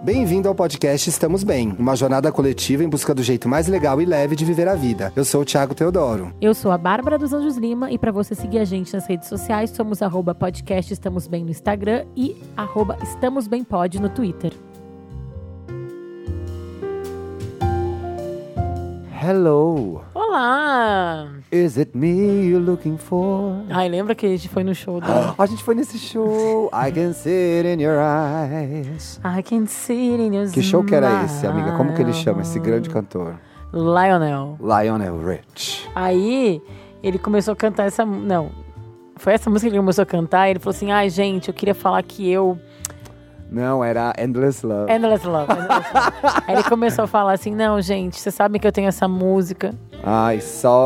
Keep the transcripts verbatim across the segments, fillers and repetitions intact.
Bem-vindo ao podcast Estamos Bem, uma jornada coletiva em busca do jeito mais legal e leve de viver a vida. Eu sou o Thiago Teodoro. Eu sou a Bárbara dos Anjos Lima e para você seguir a gente nas redes sociais, somos arroba podcast Estamos Bem no Instagram e arroba Estamos Bem Pod no Twitter. Hello! Olá! Is it me you're looking for? Ai, lembra que a gente foi no show da... A gente foi nesse show. I can see it in your eyes. I can see it in your Que show que era esse, amiga? Como que ele chama, esse grande cantor? Lionel. Lionel Rich. Aí, ele começou a cantar essa... Não, foi essa música que ele começou a cantar. Ele falou assim, ai, gente, eu queria falar que eu... Não, era Endless Love. Endless Love. Endless Love. Aí ele começou a falar assim, não, gente, vocês sabem que eu tenho essa música. Ai,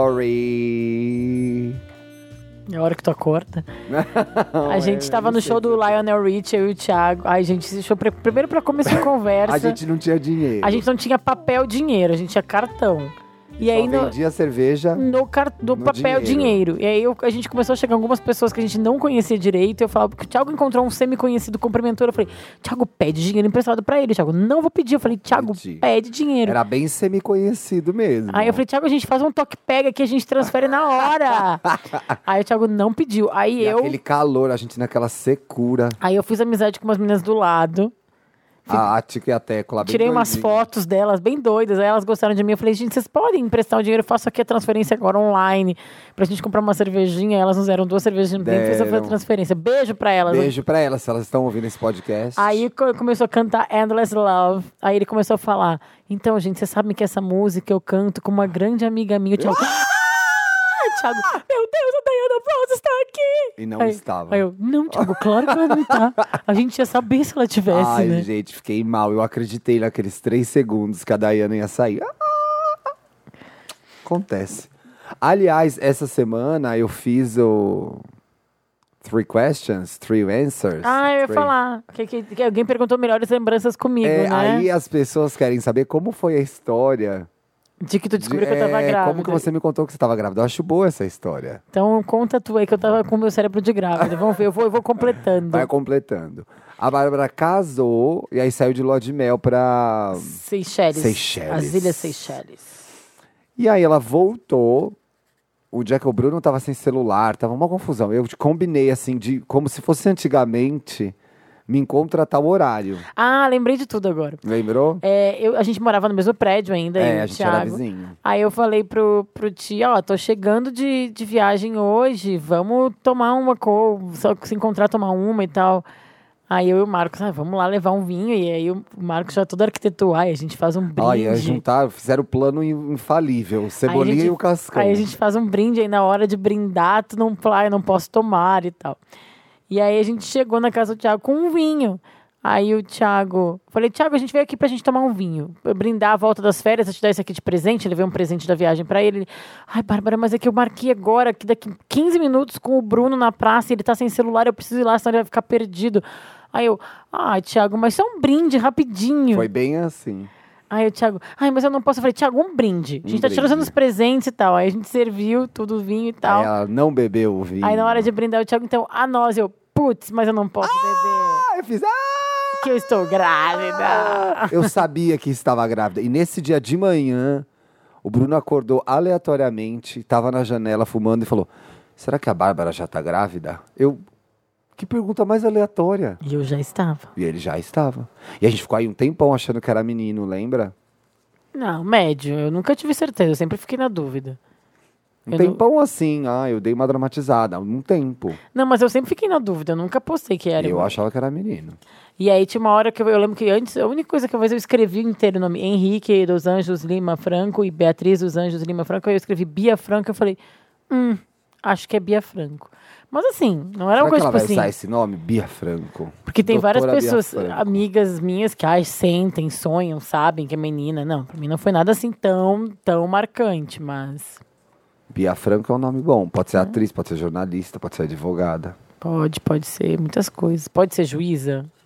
sorry. É a hora que tu acorda. Não, a gente é, tava no show do Lionel Rich, eu e o Thiago. Ai, gente, esse show, primeiro pra começar a conversa. A gente não tinha dinheiro. A gente não tinha papel dinheiro, a gente tinha cartão. E Só aí no, vendia cerveja no, car, no, no papel dinheiro. dinheiro. E aí eu, a gente começou a chegar algumas pessoas que a gente não conhecia direito. Eu falava, porque o Thiago encontrou um semi-conhecido cumprimentou. Eu falei, Thiago, pede dinheiro emprestado pra ele. Thiago, não vou pedir. Eu falei, Thiago, Pedi. pede dinheiro. Era bem semi-conhecido mesmo. Aí eu falei, Thiago, a gente faz um toque-pega que a gente transfere na hora. Aí o Thiago não pediu. Aí e eu... aquele calor, a gente naquela secura. Aí eu fiz amizade com umas meninas do lado. A Tica e a Tecla, bem Tirei umas doidinha. fotos delas, bem doidas. Aí elas gostaram de mim. Eu falei, gente, vocês podem emprestar o dinheiro? Eu faço aqui a transferência agora online. Pra gente comprar uma cervejinha. Elas nos deram duas cervejinhas. Bem, fez a transferência. Beijo pra elas. Beijo pra elas, se elas estão ouvindo esse podcast. Aí começou a cantar Endless Love. Aí ele começou a falar, então, gente, vocês sabem que essa música eu canto com uma grande amiga minha. O Thiago... Thiago, meu Deus, a Diana Ross está aqui! E não aí, estava. Aí eu, não, Thiago, claro que ela não tá. A gente ia saber se ela tivesse, Ai, né? gente, fiquei mal. Eu acreditei naqueles três segundos que a Diana ia sair. Ah! Acontece. Aliás, essa semana eu fiz o... Three questions, three answers. Ah, eu ia three... falar. Que, que, que alguém perguntou melhores lembranças comigo, é, né? Aí as pessoas querem saber como foi a história... De que tu descobriu de, que eu tava é, grávida. Como que você me contou que você tava grávida? Eu acho boa essa história. Então conta tu aí que eu tava com o meu cérebro de grávida. Vamos ver, eu vou, eu vou completando. Vai completando. A Bárbara casou e aí saiu de lua de mel pra... Seychelles. Seychelles. As Ilhas Seychelles. E aí ela voltou. O dia que o Bruno tava sem celular, tava uma confusão. Eu combinei assim, de como se fosse antigamente... Me encontra a tal horário. Ah, lembrei de tudo agora. Lembrou? É, eu, a gente morava no mesmo prédio ainda. É, eu, a gente Thiago. era vizinho. Aí eu falei pro, pro tio, ó, tô chegando de, de viagem hoje, vamos tomar uma coisa, só se encontrar, tomar uma e tal. Aí eu e o Marcos, ah, vamos lá levar um vinho. E aí o Marcos já todo arquitetou, aí a gente faz um brinde. Ó, ia juntar, fizeram o plano infalível, o Cebolinha gente, e o Cascão. Aí a gente faz um brinde, aí na hora de brindar, tu não, ah, eu não posso tomar e tal. E aí a gente chegou na casa do Thiago com um vinho. Aí o Thiago... Falei, Thiago, a gente veio aqui pra gente tomar um vinho. Brindar a volta das férias, eu te dar isso aqui de presente. Ele veio um presente da viagem pra ele. Ele, ai, Bárbara, mas é que eu marquei agora, que daqui quinze minutos com o Bruno na praça, e ele tá sem celular, eu preciso ir lá, senão ele vai ficar perdido. Aí eu, ai, Thiago, mas só um brinde, rapidinho. Foi bem assim. Aí o Thiago, ai, mas eu não posso. Eu falei, Thiago, um brinde. A gente Um tá tirando brinde. os presentes e tal. Aí a gente serviu tudo, o vinho e tal. Aí ela não bebeu o vinho. Aí na hora de brindar o Thiago, então, a nós, eu, putz, mas eu não posso beber. Ah, eu fiz... Ah! Que eu estou grávida. Eu sabia que estava grávida. E nesse dia de manhã, o Bruno acordou aleatoriamente, estava na janela fumando e falou, será que a Bárbara já está grávida? Eu... Que pergunta mais aleatória. E eu já estava. E ele já estava. E a gente ficou aí um tempão achando que era menino, lembra? Não, médio. Eu nunca tive certeza. Eu sempre fiquei na dúvida. Um Eu tempão não... assim, ah, eu dei uma dramatizada, um tempo. Não, mas eu sempre fiquei na dúvida. Eu nunca postei que era. Eu achava que era menino. E aí tinha uma hora que eu, eu lembro que antes, a única coisa que eu fiz, eu escrevi inteiro o nome. Henrique dos Anjos Lima Franco e Beatriz dos Anjos Lima Franco. Aí eu escrevi Bia Franco. Eu falei, hum, acho que é Bia Franco. Mas assim, não era Será uma coisa que ela tipo vai assim. usar esse nome, Bia Franco? Porque tem Doutora várias Bia pessoas, Franco. amigas minhas, que ai, sentem, sonham, sabem que é menina. Não, pra mim não foi nada assim tão, tão marcante, mas... Bia Franco é um nome bom. Pode ser atriz, pode ser jornalista, pode ser advogada. Pode, pode ser muitas coisas. Pode ser juíza.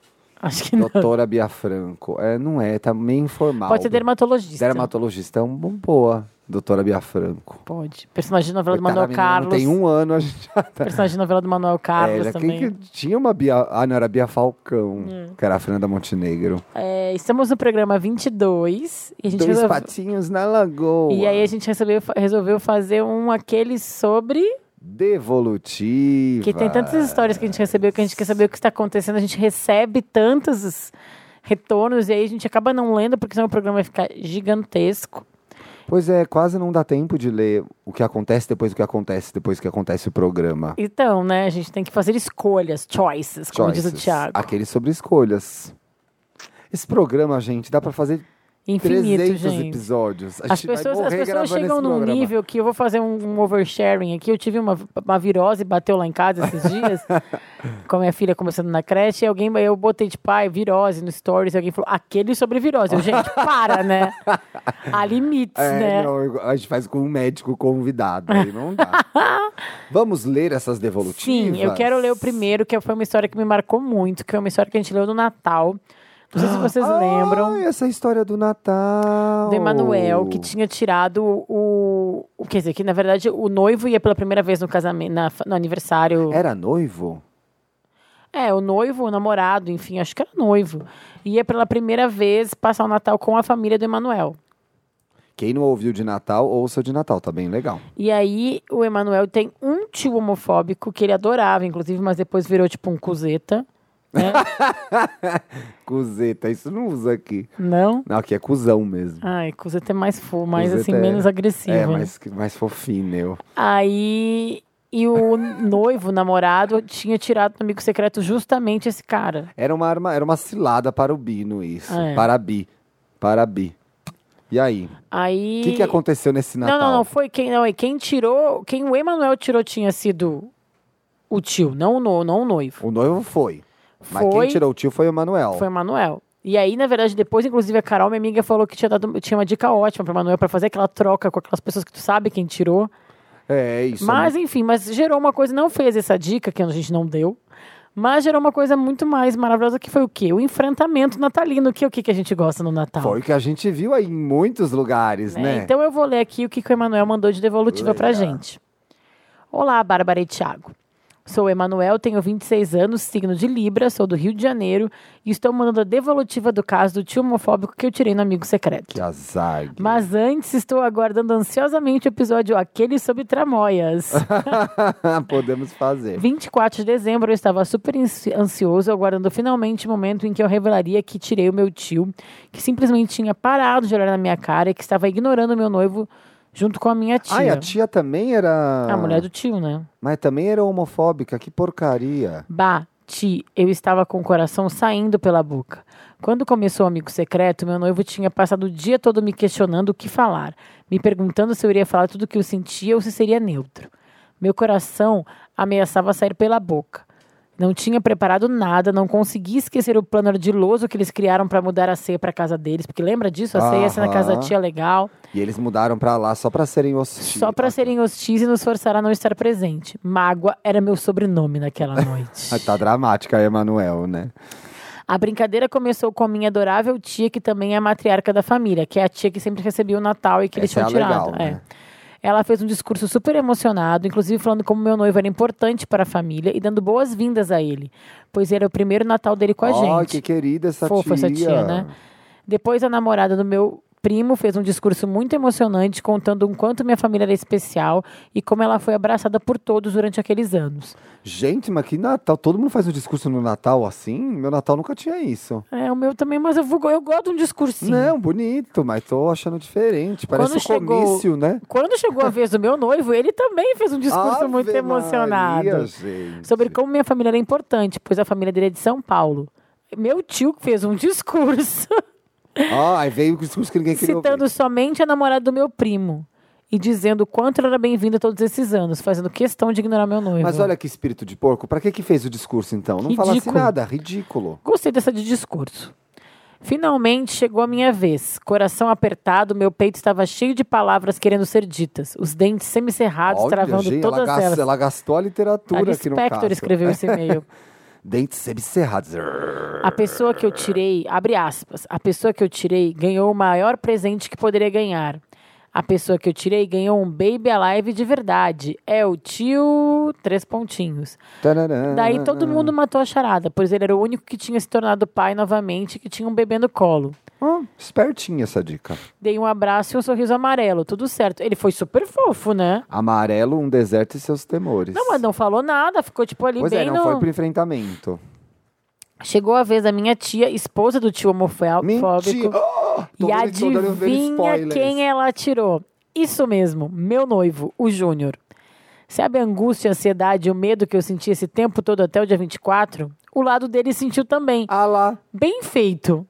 Acho que não. Doutora Bia Franco. É, não é, tá meio informal. Pode ser dermatologista. Dermatologista é um bom boa. Doutora Bia Franco. Pode. Personagem de novela Coitada, do a Manuel menina Carlos. Não tem um ano, a gente já tá... Personagem de novela do Manuel Carlos é, já também. quem que tinha uma Bia... Ah, não, era a Bia Falcão, Hum. que era a Fernanda Montenegro. É, estamos no programa vinte e dois. E a gente Dois resolve... patinhos na lagoa. E aí a gente resolveu, resolveu fazer um aquele sobre... Devolutiva. Que tem tantas histórias que a gente recebeu, que a gente quer saber o que está acontecendo. A gente recebe tantos retornos e aí a gente acaba não lendo, porque senão o programa vai ficar gigantesco. Pois é, quase não dá tempo de ler o que acontece depois do que acontece, depois que acontece o programa. Então, né, a gente tem que fazer escolhas, choices, como Choices. diz o Thiago. Aquele sobre escolhas. Esse programa, gente, dá pra fazer Infinito, trezentos gente. episódios. A As gente vai pessoas, as morrer pessoas gravando chegam esse num programa. nível que eu vou fazer um, um oversharing aqui. Eu tive uma, uma virose, bateu lá em casa esses dias, com a minha filha começando na creche, e alguém, eu botei de pai, virose no stories, e alguém falou, aquele sobre virose. Eu, gente, para, né? Há limites, É, né? não, a gente faz com um médico convidado, aí não dá. Vamos ler essas devolutivas? Sim, eu quero ler o primeiro, que foi uma história que me marcou muito, que é uma história que a gente leu no Natal. Não sei se vocês ah, lembram. Essa história do Natal. Do Emanuel, que tinha tirado o, o... Quer dizer, que na verdade o noivo ia pela primeira vez no casamento, na, no aniversário. Era noivo? É, o noivo, o namorado, enfim, acho que era noivo. Ia pela primeira vez passar o Natal com a família do Emanuel. Quem não ouviu de Natal, ouça o de Natal, tá bem legal. E aí o Emanuel tem um tio homofóbico que ele adorava, inclusive, mas depois virou tipo um cuzeta. Né? Cuzeta, isso não usa aqui. Não? Não, aqui é cuzão mesmo. Ai, cuzeta é mais fofo, mais Cuzeta assim, é- menos agressivo. É, né? mais, mais fofinho. Aí... E o noivo, o namorado, tinha tirado do amigo secreto justamente esse cara. Era uma, arma, era uma cilada para o Bino, isso. É. Para a Bi. Para a Bi. E aí? Aí... O que, que aconteceu nesse Natal? Não, não, não. Foi quem, não, quem tirou... Quem o Emanuel tirou tinha sido o tio, não o, no, não o noivo. O noivo foi. Mas Foi- quem tirou o tio foi o Manuel. Foi o Emanuel. E aí, na verdade, depois, inclusive, a Carol, minha amiga, falou que tinha, dado, tinha uma dica ótima para o Emanuel para fazer aquela troca com aquelas pessoas que tu sabe quem tirou. É, isso. Mas, é enfim, mas gerou uma coisa, não fez essa dica, que a gente não deu, mas gerou uma coisa muito mais maravilhosa, que foi o quê? O enfrentamento natalino, que é o que, que a gente gosta no Natal. Foi o que a gente viu aí em muitos lugares, né? né? Então eu vou ler aqui o que, que o Emanuel mandou de devolutiva pra Legal. gente. Olá, Bárbara e Thiago. Sou o Emanuel, tenho vinte e seis anos, signo de Libra, sou do Rio de Janeiro e estou mandando a devolutiva do caso do tio homofóbico que eu tirei no Amigo Secreto. Que azar. Gui. Mas antes estou aguardando ansiosamente o episódio Aquele sobre Tramóias. Podemos fazer. vinte e quatro de dezembro eu estava super ansi- ansioso, aguardando finalmente o momento em que eu revelaria que tirei o meu tio, que simplesmente tinha parado de olhar na minha cara e que estava ignorando o meu noivo junto com a minha tia. Ah, e a tia também era... A mulher do tio, né? Mas também era homofóbica, que porcaria. Bah, Ti, eu estava com o coração saindo pela boca. Quando começou o Amigo Secreto, meu noivo tinha passado o dia todo me questionando o que falar, me perguntando se eu iria falar tudo o que eu sentia ou se seria neutro. Meu coração ameaçava sair pela boca. Não tinha preparado nada, não consegui esquecer o plano ardiloso que eles criaram para mudar a ceia para casa deles, porque lembra disso? A ceia ia ser na casa da Aham. tia legal. E eles mudaram pra lá só pra serem hostis. Só para serem hostis e nos forçar a não estar presente. Mágoa era meu sobrenome naquela noite. Ah, tá dramática a Emanuel, né? A brincadeira começou com a minha adorável tia, que também é a matriarca da família, que é a tia que sempre recebia o Natal e que eles Essa é tinham a tirado. legal, É. né? Ela fez um discurso super emocionado, inclusive falando como meu noivo era importante para a família e dando boas-vindas a ele, pois era o primeiro Natal dele com a Ó, gente. que querida essa Fofa tia. essa tia, né? Depois a namorada do meu primo fez um discurso muito emocionante, contando o quanto minha família era especial e como ela foi abraçada por todos durante aqueles anos. Gente, mas que Natal? Todo mundo faz um discurso no Natal assim? Meu Natal nunca tinha isso. É, o meu também, mas eu, vou, eu gosto de um discursinho. Não, bonito, mas tô achando diferente. Parece Quando um chegou- comício, né? Quando chegou a vez do meu noivo, ele também fez um discurso Ave muito emocionado. Maria, gente. Sobre como minha família era importante, pois a família dele é de São Paulo. Meu tio fez um discurso Ah, aí veio o discurso que ninguém queria citando ouvir. somente a namorada do meu primo e dizendo o quanto ela era bem-vinda todos esses anos, fazendo questão de ignorar meu noivo. Mas olha que espírito de porco. Pra que que fez o discurso, então? Não falasse Ridículo. nada. Ridículo. Gostei dessa de discurso. Finalmente chegou a minha vez. Coração apertado, meu peito estava cheio de palavras querendo ser ditas. Os dentes semicerrados, Olha, travando gente, todas ela, gas- elas. ela gastou a literatura A aqui no Spector caso. escreveu esse e-mail. dentes semicerrados. A pessoa que eu tirei, abre aspas, a pessoa que eu tirei ganhou o maior presente que poderia ganhar. A pessoa que eu tirei ganhou um Baby Alive de verdade. É o tio... Três pontinhos. Tarará. Daí todo mundo matou a charada, pois ele era o único que tinha se tornado pai novamente, que tinha um bebê no colo. Oh, espertinha essa dica. Dei um abraço e um sorriso amarelo, tudo certo. Ele foi super fofo, né? Amarelo, um deserto e seus temores. Não, mas não falou nada, ficou tipo ali Pois bem é, não no... foi pro enfrentamento. Chegou a vez da minha tia, esposa do tio homofóbico. Mentira! Oh, tô E vendo- tô dando- vendo adivinha spoilers. quem ela tirou? Isso mesmo, meu noivo, o Júnior. Sabe a angústia, a ansiedade e o medo que eu senti esse tempo todo até o dia vinte e quatro? O lado dele sentiu também. Ah lá. Bem feito.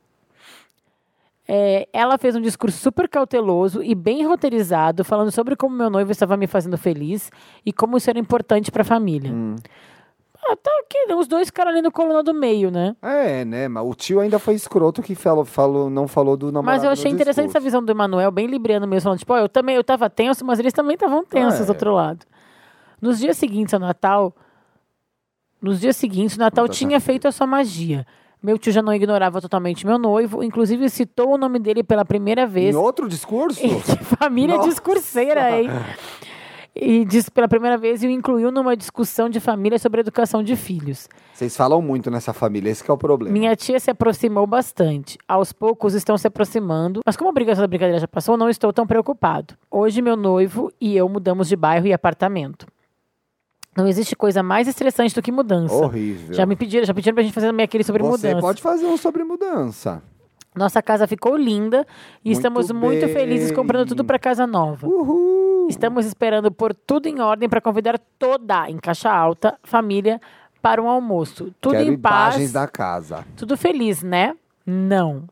É, ela fez um discurso super cauteloso e bem roteirizado, falando sobre como meu noivo estava me fazendo feliz e como isso era importante para a família. Hum. Ah, tá ok, os dois ficaram ali no coluna do meio, né? É, né? Mas o tio ainda foi escroto que falou, falou, não falou do namorado. Mas eu achei no interessante essa discurso. visão do Emanuel, bem libriano mesmo, falando, tipo, ó, eu também, eu tava tenso, mas eles também estavam tensos Ah, do é. outro lado. Nos dias seguintes ao Natal, nos dias seguintes, o Natal Puta, tinha tá feito a sua magia. Meu tio já não ignorava totalmente meu noivo, inclusive citou o nome dele pela primeira vez. Em outro discurso? Que família Nossa. discurseira, hein? E disse pela primeira vez e o incluiu numa discussão de família sobre a educação de filhos. Vocês falam muito nessa família, esse que é o problema. Minha tia se aproximou bastante. Aos poucos estão se aproximando, mas como a briga da brincadeira já passou, não estou tão preocupado. Hoje meu noivo e eu mudamos de bairro e apartamento. Não existe coisa mais estressante do que mudança. Horrível. Já me pediram, já pediram pra gente fazer também aquele sobre Você mudança. pode fazer um sobre mudança. Nossa casa ficou linda e Muito estamos muito bem. felizes comprando tudo pra casa nova. Uhul. Estamos esperando pôr tudo em ordem para convidar toda, em caixa alta, família para um almoço. Tudo Quero em paz, imagens da casa. tudo feliz, né? Não.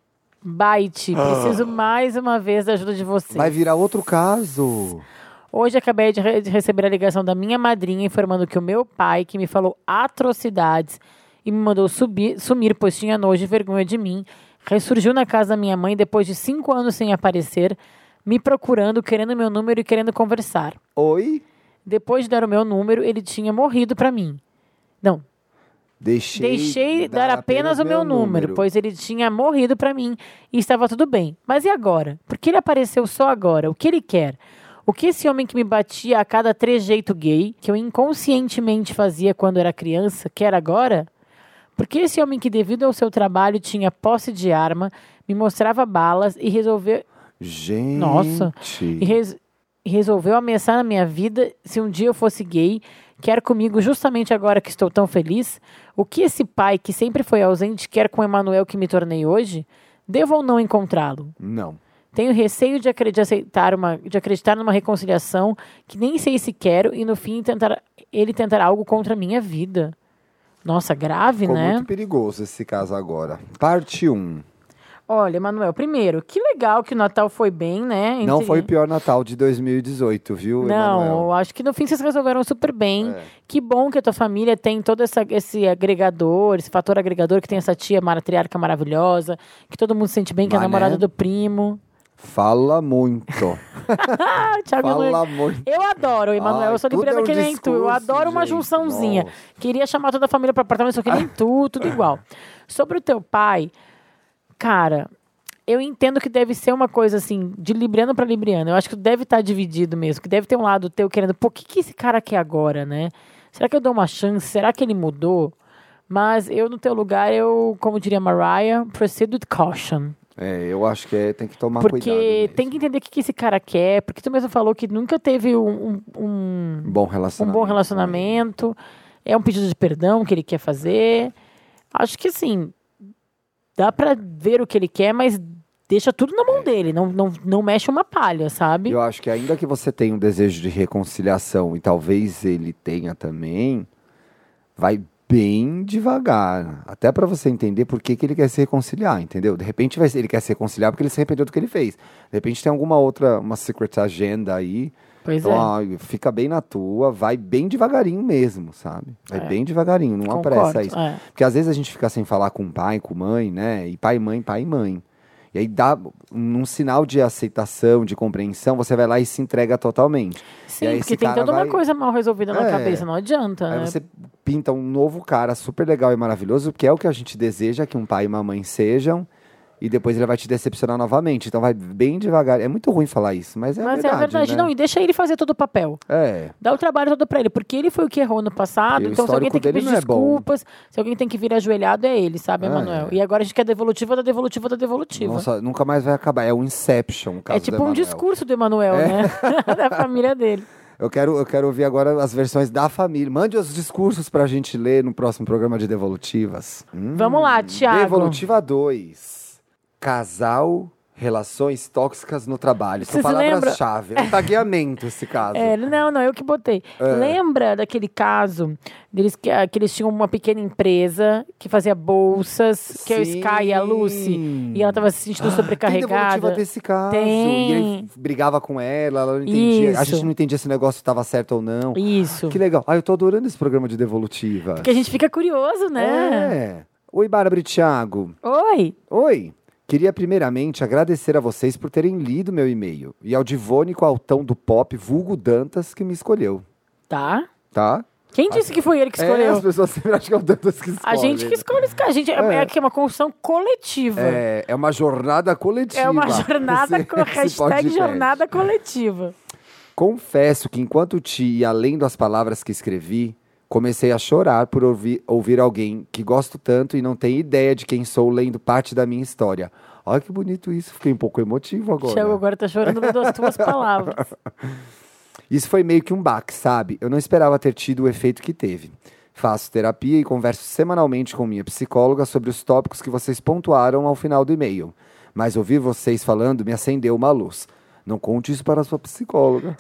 Baite, preciso mais uma vez da ajuda de vocês. Vai virar outro caso. Hoje acabei de, re- de receber a ligação da minha madrinha informando que o meu pai, que me falou atrocidades e me mandou subir, sumir, pois tinha nojo e vergonha de mim, ressurgiu na casa da minha mãe depois de cinco anos sem aparecer, me procurando, querendo meu número e querendo conversar. Oi? Depois de dar o meu número, ele tinha morrido pra mim. Não, Deixei, deixei dar apenas o meu número, pois ele tinha morrido pra mim e estava tudo bem. Mas e agora? Por que ele apareceu só agora? O que ele quer? O que esse homem que me batia a cada trejeito gay, que eu inconscientemente fazia quando era criança, quer agora? Por que esse homem que, devido ao seu trabalho, tinha posse de arma, me mostrava balas e resolveu... Gente. Nossa. E, res- e resolveu ameaçar na minha vida se um dia eu fosse gay, quer comigo justamente agora que estou tão feliz? O que esse pai, que sempre foi ausente, quer com o Emanuel que me tornei hoje? Devo ou não encontrá-lo? Não. Tenho receio de, acre- de aceitar uma, de acreditar numa reconciliação que nem sei se quero e no fim tentar, ele tentar algo contra a minha vida. Nossa, grave, Ficou né? muito perigoso esse caso agora. Parte um. Olha, Emanuel, primeiro, que legal que o Natal foi bem, né? Não Entre- foi o pior Natal de dois mil e dezoito, viu, Não, Emanuel? eu acho que no fim vocês resolveram super bem. É. Que bom que a tua família tem todo essa, esse agregador, esse fator agregador, que tem essa tia matriarca maravilhosa, que todo mundo se sente bem, que é a Mas, namorada né? do primo. Fala muito. Ah, Thiago Fala Nunes. muito. Eu adoro, Emanuel. Ai, Eu sou tudo libriana é um que nem tu. Eu discurso, adoro uma gente. junçãozinha. Nossa. Queria chamar toda a família para apartamento, só que nem tu, tudo igual. Sobre o teu pai, cara, eu entendo que deve ser uma coisa assim, de libriano para libriano. Eu acho que deve estar dividido mesmo, que deve ter um lado teu querendo, pô, o que, que esse cara quer agora, né? Será que eu dou uma chance? Será que ele mudou? Mas eu, no teu lugar, eu, como diria Mariah, proceed with caution. É, eu acho que é, tem que tomar cuidado. Porque mesmo. tem que entender o que, que esse cara quer, porque tu mesmo falou que nunca teve um, um, um, Um bom um relacionamento. bom relacionamento. É um pedido de perdão que ele quer fazer. Acho que assim, dá pra ver o que ele quer, mas deixa tudo na mão dele. Não, não, não mexe uma palha, sabe? Eu acho que ainda que você tenha um desejo de reconciliação, e talvez ele tenha também, vai bem devagar. Até pra você entender por que, que ele quer se reconciliar, entendeu? De repente vai ser- ele quer se reconciliar porque ele se arrependeu do que ele fez. De repente tem alguma outra, uma secret agenda aí. Pois Então, é. ó, fica bem na tua, vai bem devagarinho mesmo, sabe? Vai É. bem devagarinho, não Concordo, apressa isso. é. Porque às vezes a gente fica sem falar com pai, com mãe, né? E pai, mãe, pai, mãe. E aí dá um sinal de aceitação, de compreensão, você vai lá e se entrega totalmente. Sim, e aí porque esse tem cara toda vai- uma coisa mal resolvida na É. cabeça, não adianta, Aí né? você pinta um novo cara super legal e maravilhoso, que é o que a gente deseja que um pai e uma mãe sejam, e depois ele vai te decepcionar novamente. Então vai bem devagar. É muito ruim falar isso, mas é Mas a verdade, é a verdade. né? Não, e deixa ele fazer todo o papel. É. Dá o trabalho todo pra ele, porque ele foi o que errou no passado. E o Então, se alguém histórico tem que dele pedir não é bom. desculpas, se alguém tem que vir ajoelhado, é ele, sabe, É. Emanuel? E agora a gente quer devolutiva da devolutiva da devolutiva. Nossa, nunca mais vai acabar. É o Inception, o caso é tipo do um Emanuel. discurso do Emanuel, É. né? Da família dele. Eu quero, eu quero ouvir agora as versões da família. Mande os discursos pra gente ler no próximo programa de Devolutivas. Hum, Vamos lá, Thiago. Devolutiva dois. Casal, relações tóxicas no trabalho. São Você se lembra? palavras-chave. É um tagueamento esse caso. É, não, não, eu que botei. É. Lembra daquele caso deles que, ah, que eles tinham uma pequena empresa que fazia bolsas, que é o Sim. Sky e a Lucy, e ela tava se sentindo Tem sobrecarregada. devolutiva desse caso. Tem. E ele brigava com ela, ela não entendia. A Isso. gente não entendia se o negócio estava certo ou não. Isso. Que legal. Ah, eu tô adorando esse programa de devolutiva. Porque a gente fica curioso, né? É. Oi, Bárbara e Thiago. Oi. Oi. Queria primeiramente agradecer a vocês por terem lido meu e-mail e ao Divônico Altão do Pop, vulgo Dantas, que me escolheu, Tá. tá? Quem disse que foi ele que É, escolheu? as pessoas sempre acham que é o Dantas que escolhe. A gente que escolhe esse cara. A gente, é, É. é que é uma construção coletiva. É, é uma jornada coletiva. É uma jornada esse- com esse hashtag podcast. jornada coletiva. Confesso que enquanto te ia lendo as palavras que escrevi, comecei a chorar por ouvir, ouvir alguém que gosto tanto e não tem ideia de quem sou lendo parte da minha história. Olha que bonito isso, fiquei um pouco emotivo agora. Thiago agora tá chorando das tuas palavras. Isso foi meio que um baque, sabe? Eu não esperava ter tido o efeito que teve. Faço terapia e converso semanalmente com minha psicóloga sobre os tópicos que vocês pontuaram ao final do e-mail. Mas ouvir vocês falando me acendeu uma luz. Não conte isso para a sua psicóloga.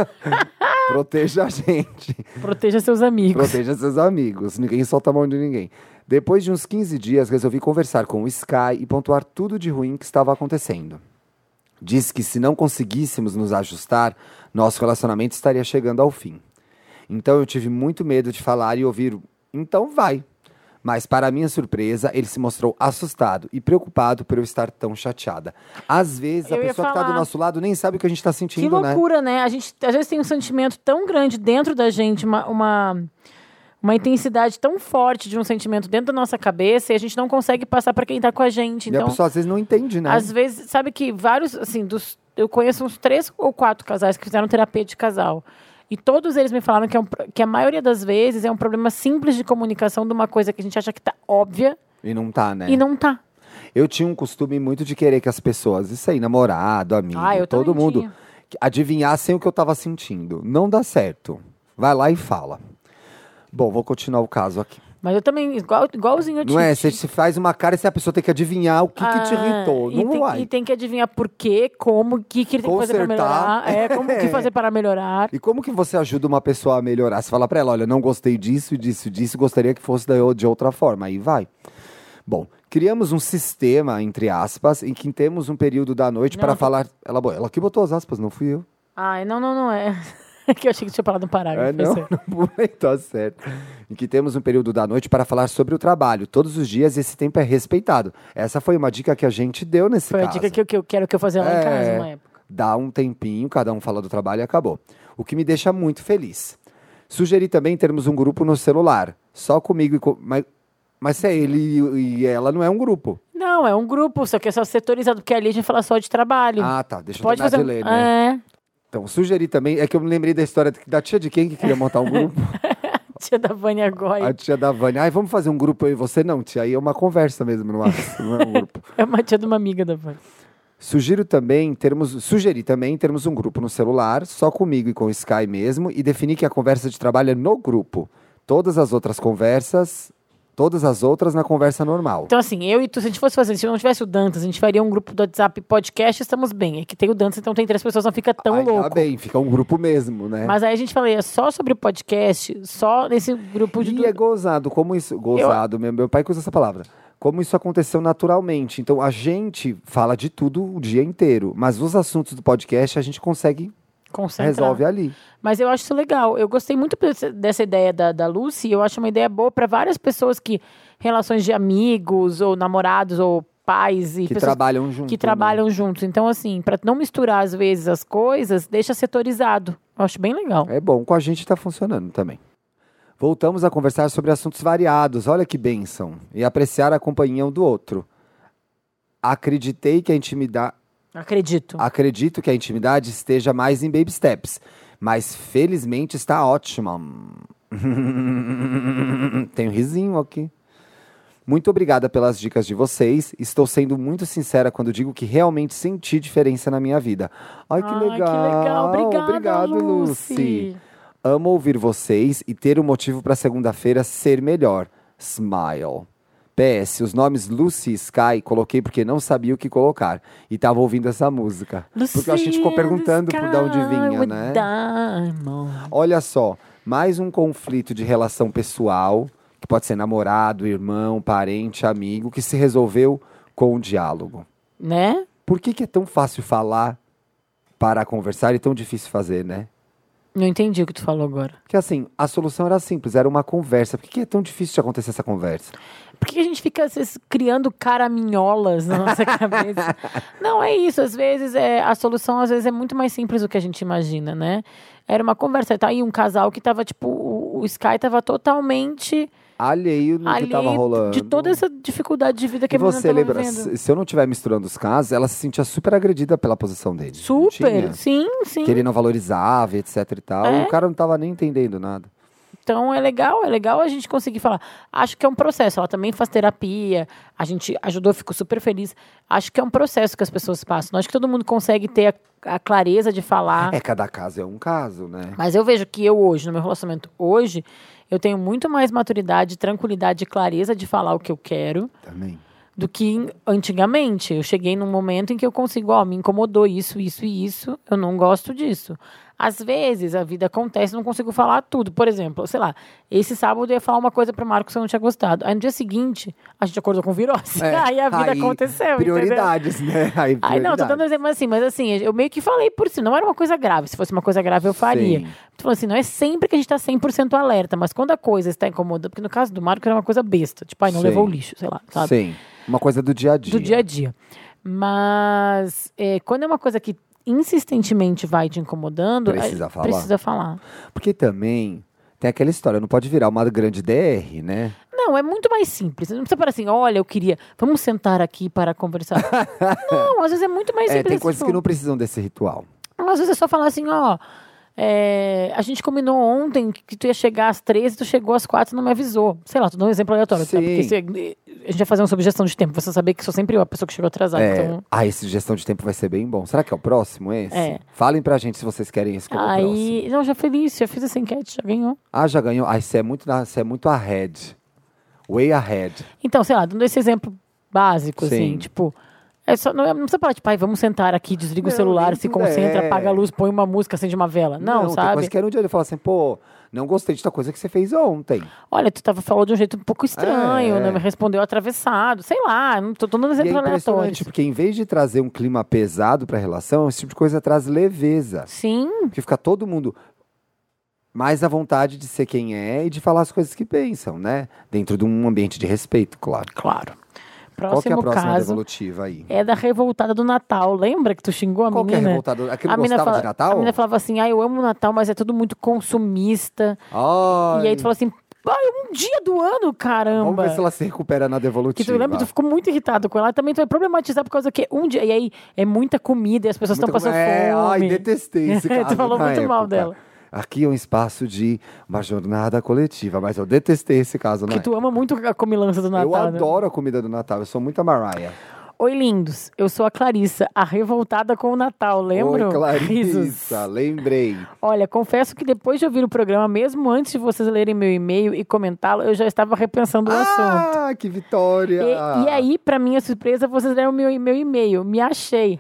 Proteja a gente. Proteja seus amigos. Proteja seus amigos. Ninguém solta a mão de ninguém. Depois de uns quinze dias, resolvi conversar com o Sky e pontuar tudo de ruim que estava acontecendo. Disse que se não conseguíssemos nos ajustar, nosso relacionamento estaria chegando ao fim. Então eu tive muito medo de falar e ouvir o "então vai". Mas, para minha surpresa, ele se mostrou assustado e preocupado por eu estar tão chateada. Às vezes, a Eu ia pessoa que está do falar. nosso lado nem sabe o que a gente está Que sentindo, né? loucura, né? A gente às vezes tem um sentimento tão grande dentro da gente, uma, uma, uma intensidade tão forte de um sentimento dentro da nossa cabeça e a gente não consegue passar para quem tá com a gente. E a Então, pessoa às vezes não entende, né? às vezes, sabe que vários, assim, dos, eu conheço uns três ou quatro casais que fizeram terapia de casal. E todos eles me falaram que, é um, pro- que a maioria das vezes é um problema simples de comunicação de uma coisa que a gente acha que tá óbvia E não tá, né? e não tá. Eu tinha um costume muito de querer que as pessoas, isso aí, namorado, amigo, Ah, eu todo também mundo, tinha. que adivinhassem o que eu tava sentindo. Não dá certo. Vai lá e fala. Bom, vou continuar o caso aqui. Mas eu também, igual, igualzinho eu Não tinha. é? Você se faz uma cara e se a pessoa tem que adivinhar o que, que te Ah, irritou. e Não tem, vai. E tem que adivinhar por quê, como, o que, que ele tem que fazer pra Consertar. melhorar. É, como que fazer para melhorar. E como que você ajuda uma pessoa a melhorar? Você fala pra ela, olha, não gostei disso, disso, disso, gostaria que fosse da- de outra forma. Aí vai. Bom, criamos um sistema, entre aspas, em que temos um período da noite Não, para tô- falar... Ela, bom, ela que botou as aspas, não fui eu. Ai, não, não, não é. É que eu achei que tinha parado um parágrafo. É, foi não, certo. não pulei, tá certo. Em que temos um período da noite para falar sobre o trabalho. Todos os dias esse tempo é respeitado. Essa foi uma dica que a gente deu nesse Foi a caso. dica que eu, que eu quero que eu fazia lá em casa, É, uma época. Dá um tempinho, cada um fala do trabalho e acabou. O que me deixa muito feliz. Sugeri também termos um grupo no celular. Só comigo e com... Mas, mas se é ele e- e ela, não é um grupo. Não, é um grupo, só que é só setorizado, porque ali a gente fala só de trabalho. Ah, tá. Deixa eu Pode terminar fazer. de ler, né? É. Então, sugeri também... É que eu me lembrei da história da tia de quem que queria montar um grupo. Tia da Vânia Goy. A tia da Vânia. Ai, vamos fazer um grupo eu e você? Não, tia. Aí é uma conversa mesmo, não é, não é um grupo. É uma tia de uma amiga da Vânia. Sugiro também termos, sugeri também termos um grupo no celular, só comigo e com o Sky mesmo, e definir que a conversa de trabalho é no grupo. Todas as outras conversas, todas as outras na conversa normal. Então, assim, eu e tu, se a gente fosse fazer, se não tivesse o Dantas, a gente faria um grupo do WhatsApp podcast, estamos bem. É que tem o Dantas, então tem três pessoas, não fica tão Ainda louco. bem, fica um grupo mesmo, né? Mas aí a gente falaria só sobre o podcast, só nesse grupo de... E é gozado, como isso... Gozado, meu, meu pai que usa essa palavra. Como isso aconteceu naturalmente. Então, a gente fala de tudo o dia inteiro, mas os assuntos do podcast a gente consegue, Concentrar. resolve ali. Mas eu acho isso legal. Eu gostei muito desse- dessa ideia da, da Lucy. Eu acho uma ideia boa para várias pessoas que... Relações de amigos, ou namorados, ou pais. E Que pessoas trabalham junto. que né? trabalham juntos. Então, assim, para não misturar, às vezes, as coisas, deixa setorizado. Eu acho bem legal. É bom, com a gente tá funcionando também. Voltamos a conversar sobre assuntos variados, olha que bênção, e apreciar a companhia um do outro. Acreditei que a intimidade... Acredito. Acredito que a intimidade esteja mais em baby steps, mas felizmente está ótima. Tem um risinho aqui. Muito obrigada pelas dicas de vocês. Estou sendo muito sincera quando digo que realmente senti diferença na minha vida. Ai, que Ai, legal. que legal. Obrigada, Obrigado, Lucy. Lucy. Amo ouvir vocês e ter um motivo para segunda-feira ser melhor. Smile. P S, os nomes Lucy e Sky coloquei porque não sabia o que colocar. E tava ouvindo essa música. Lucy porque a gente ficou perguntando por de onde vinha, with né? diamond. Olha só, mais um conflito de relação pessoal, que pode ser namorado, irmão, parente, amigo, que se resolveu com o diálogo. Né? Por que que é tão fácil falar para conversar e tão difícil fazer, né? Não entendi o que tu falou agora. Porque assim, a solução era simples, era uma conversa. Por que que é tão difícil de acontecer essa conversa? Por que a gente fica às vezes, criando caraminholas na nossa cabeça? Não, é isso. Às vezes, é, a solução às vezes é muito mais simples do que a gente imagina, né? Era uma conversa. Tá aí um casal que tava, tipo, o, o Sky tava totalmente... Alheio no ali que tava rolando. de toda essa dificuldade de vida que E a menina você tava lembra, vivendo. se se eu não estiver misturando os casos, ela se sentia super agredida pela posição dele. Não Super, tinha? sim, sim. Que ele não valorizava, etc e tal. É. E o cara não tava nem entendendo nada. Então é legal, é legal a gente conseguir falar. Acho que é um processo. Ela também faz terapia, a gente ajudou, fico super feliz. Acho que é um processo que as pessoas passam. Acho que todo mundo consegue ter a, a clareza de falar. É, cada caso é um caso, né? Mas eu vejo que eu hoje, no meu relacionamento hoje, eu tenho muito mais maturidade, tranquilidade e clareza de falar o que eu quero Também. do que antigamente. Eu cheguei num momento em que eu consigo, ó, me incomodou isso, isso e isso, eu não gosto disso. Às vezes a vida acontece, eu não consigo falar tudo. Por exemplo, sei lá, esse sábado eu ia falar uma coisa pro Marcos que eu não tinha gostado. Aí no dia seguinte, a gente acordou com virose. É, aí a vida aí, aconteceu, prioridades, entendeu? né? Aí, Aí não, tô dando um exemplo assim, mas assim, eu meio que falei por cima, não era uma coisa grave. Se fosse uma coisa grave, eu faria. Sim. Tô falando assim, não é sempre que a gente tá cem por cento alerta, mas quando a coisa está incomodando, porque no caso do Marcos era uma coisa besta, tipo, ai, não Sim. levou o lixo, sei lá, sabe? Sim, uma coisa do dia a dia. Do dia a dia. Mas é, quando é uma coisa que insistentemente vai te incomodando, Precisa aí falar. precisa falar. Porque também tem aquela história, não pode virar uma grande D R, né? Não, é muito mais simples. Não precisa falar assim, olha, eu queria, vamos sentar aqui para conversar. Não, às vezes é muito mais É, simples. tem coisas tipo, que não precisam desse ritual. às vezes é só falar assim, ó, é, a gente combinou ontem que tu ia chegar às treze, tu chegou às quatro e não me avisou. Sei lá, tô dando um exemplo aleatório. Tá? Sim. Porque se, a gente vai fazer uma sugestão de tempo, você saber que sou sempre eu a pessoa que chegou atrasada. É, Então, ah, esse gestão de tempo vai ser bem bom. Será que é o próximo esse? É. Falem pra gente se vocês querem esse como próximo. aí, não, já feliz, já fiz essa enquete, já ganhou. Ah, já ganhou. Ah, você é muito, na- você é muito ahead. Way ahead. Então, sei lá, dando esse exemplo básico, Sim. assim, tipo... É só, não, é- não precisa falar, tipo, ai, vamos sentar aqui, desliga Não, o celular, nem se tudo concentra, é. apaga a luz, põe uma música, acende uma vela. Não, Tem sabe? coisa que era um dia ele fala assim, pô, não gostei de tal coisa que você fez ontem. Olha, tu tava, falou de um jeito um pouco estranho, É. né? Me respondeu atravessado, sei lá, não tô, tô dando E é exemplos aleatórios. impressionante, porque em vez de trazer um clima pesado pra relação, esse tipo de coisa traz leveza. Sim, Porque fica todo mundo mais à vontade de ser quem é e de falar as coisas que pensam, né? Dentro de um ambiente de respeito, claro. claro. Qual que é a Próximo próxima caso devolutiva aí? é da revoltada do Natal. Lembra que tu xingou a Qual que é a menina? revoltada? Aquele A menina gostava fala- de Natal? A menina falava assim, ah, eu amo o Natal, mas é tudo muito consumista. Ai, E aí tu falou assim, ai, um dia do ano, caramba. vamos ver se ela se recupera na Que devolutiva. tu lembra, tu ficou muito irritado com ela. Também tu vai problematizar por causa que um dia... E aí, é muita comida e as pessoas estão Muito passando como- é, fome. Ai, detestei esse Tu caso falou na muito mal época. dela. Aqui é um espaço de uma jornada coletiva, mas eu detestei esse caso, né? Porque tu ama muito a comilança do Natal, Eu né? adoro a comida do Natal, eu sou muito a Mariah. Oi, lindos. Eu sou a Clarissa, a revoltada com o Natal, lembram? Oi, Risos. Clarissa, lembrei. Olha, confesso que depois de ouvir o programa, mesmo antes de vocês lerem meu e-mail e comentá-lo, eu já estava repensando o assunto. Ah, que vitória! E, e aí, pra minha surpresa, vocês leram meu, meu e-mail. Me achei.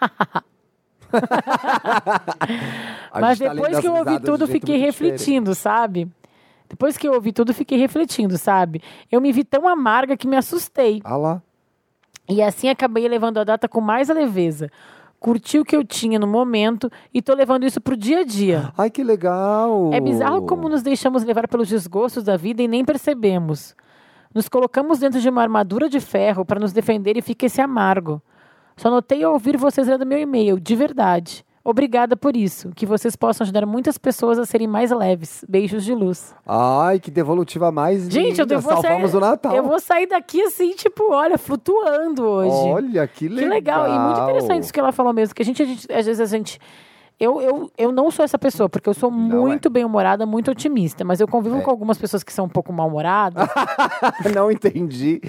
A Mas gente tá lendo depois as que eu ouvi risadas de tudo, jeito fiquei muito refletindo, sabe? Depois que eu ouvi tudo, fiquei refletindo, sabe? Eu me vi tão amarga que me assustei. Ah lá. E assim acabei levando a data com mais leveza. Curti o que eu tinha no momento e tô levando isso pro dia a dia. Ai, que legal! É bizarro como nos deixamos levar pelos desgostos da vida e nem percebemos. Nos colocamos dentro de uma armadura de ferro para nos defender e fica esse amargo. Só notei ao ouvir vocês lendo meu e-mail, de verdade. Obrigada por isso. Que vocês possam ajudar muitas pessoas a serem mais leves. Beijos de luz. Ai, que devolutiva mais Gente, eu linda. vou Salvamos sair, o Natal. Eu vou sair daqui assim, tipo, olha, flutuando hoje. Olha, que legal. Que legal. E muito interessante isso que ela falou mesmo. Que a gente, a gente às vezes, a gente... Eu, eu, eu não sou essa pessoa, porque eu sou Não muito é. bem-humorada, muito otimista. Mas eu convivo É. com algumas pessoas que são um pouco mal-humoradas. Não entendi.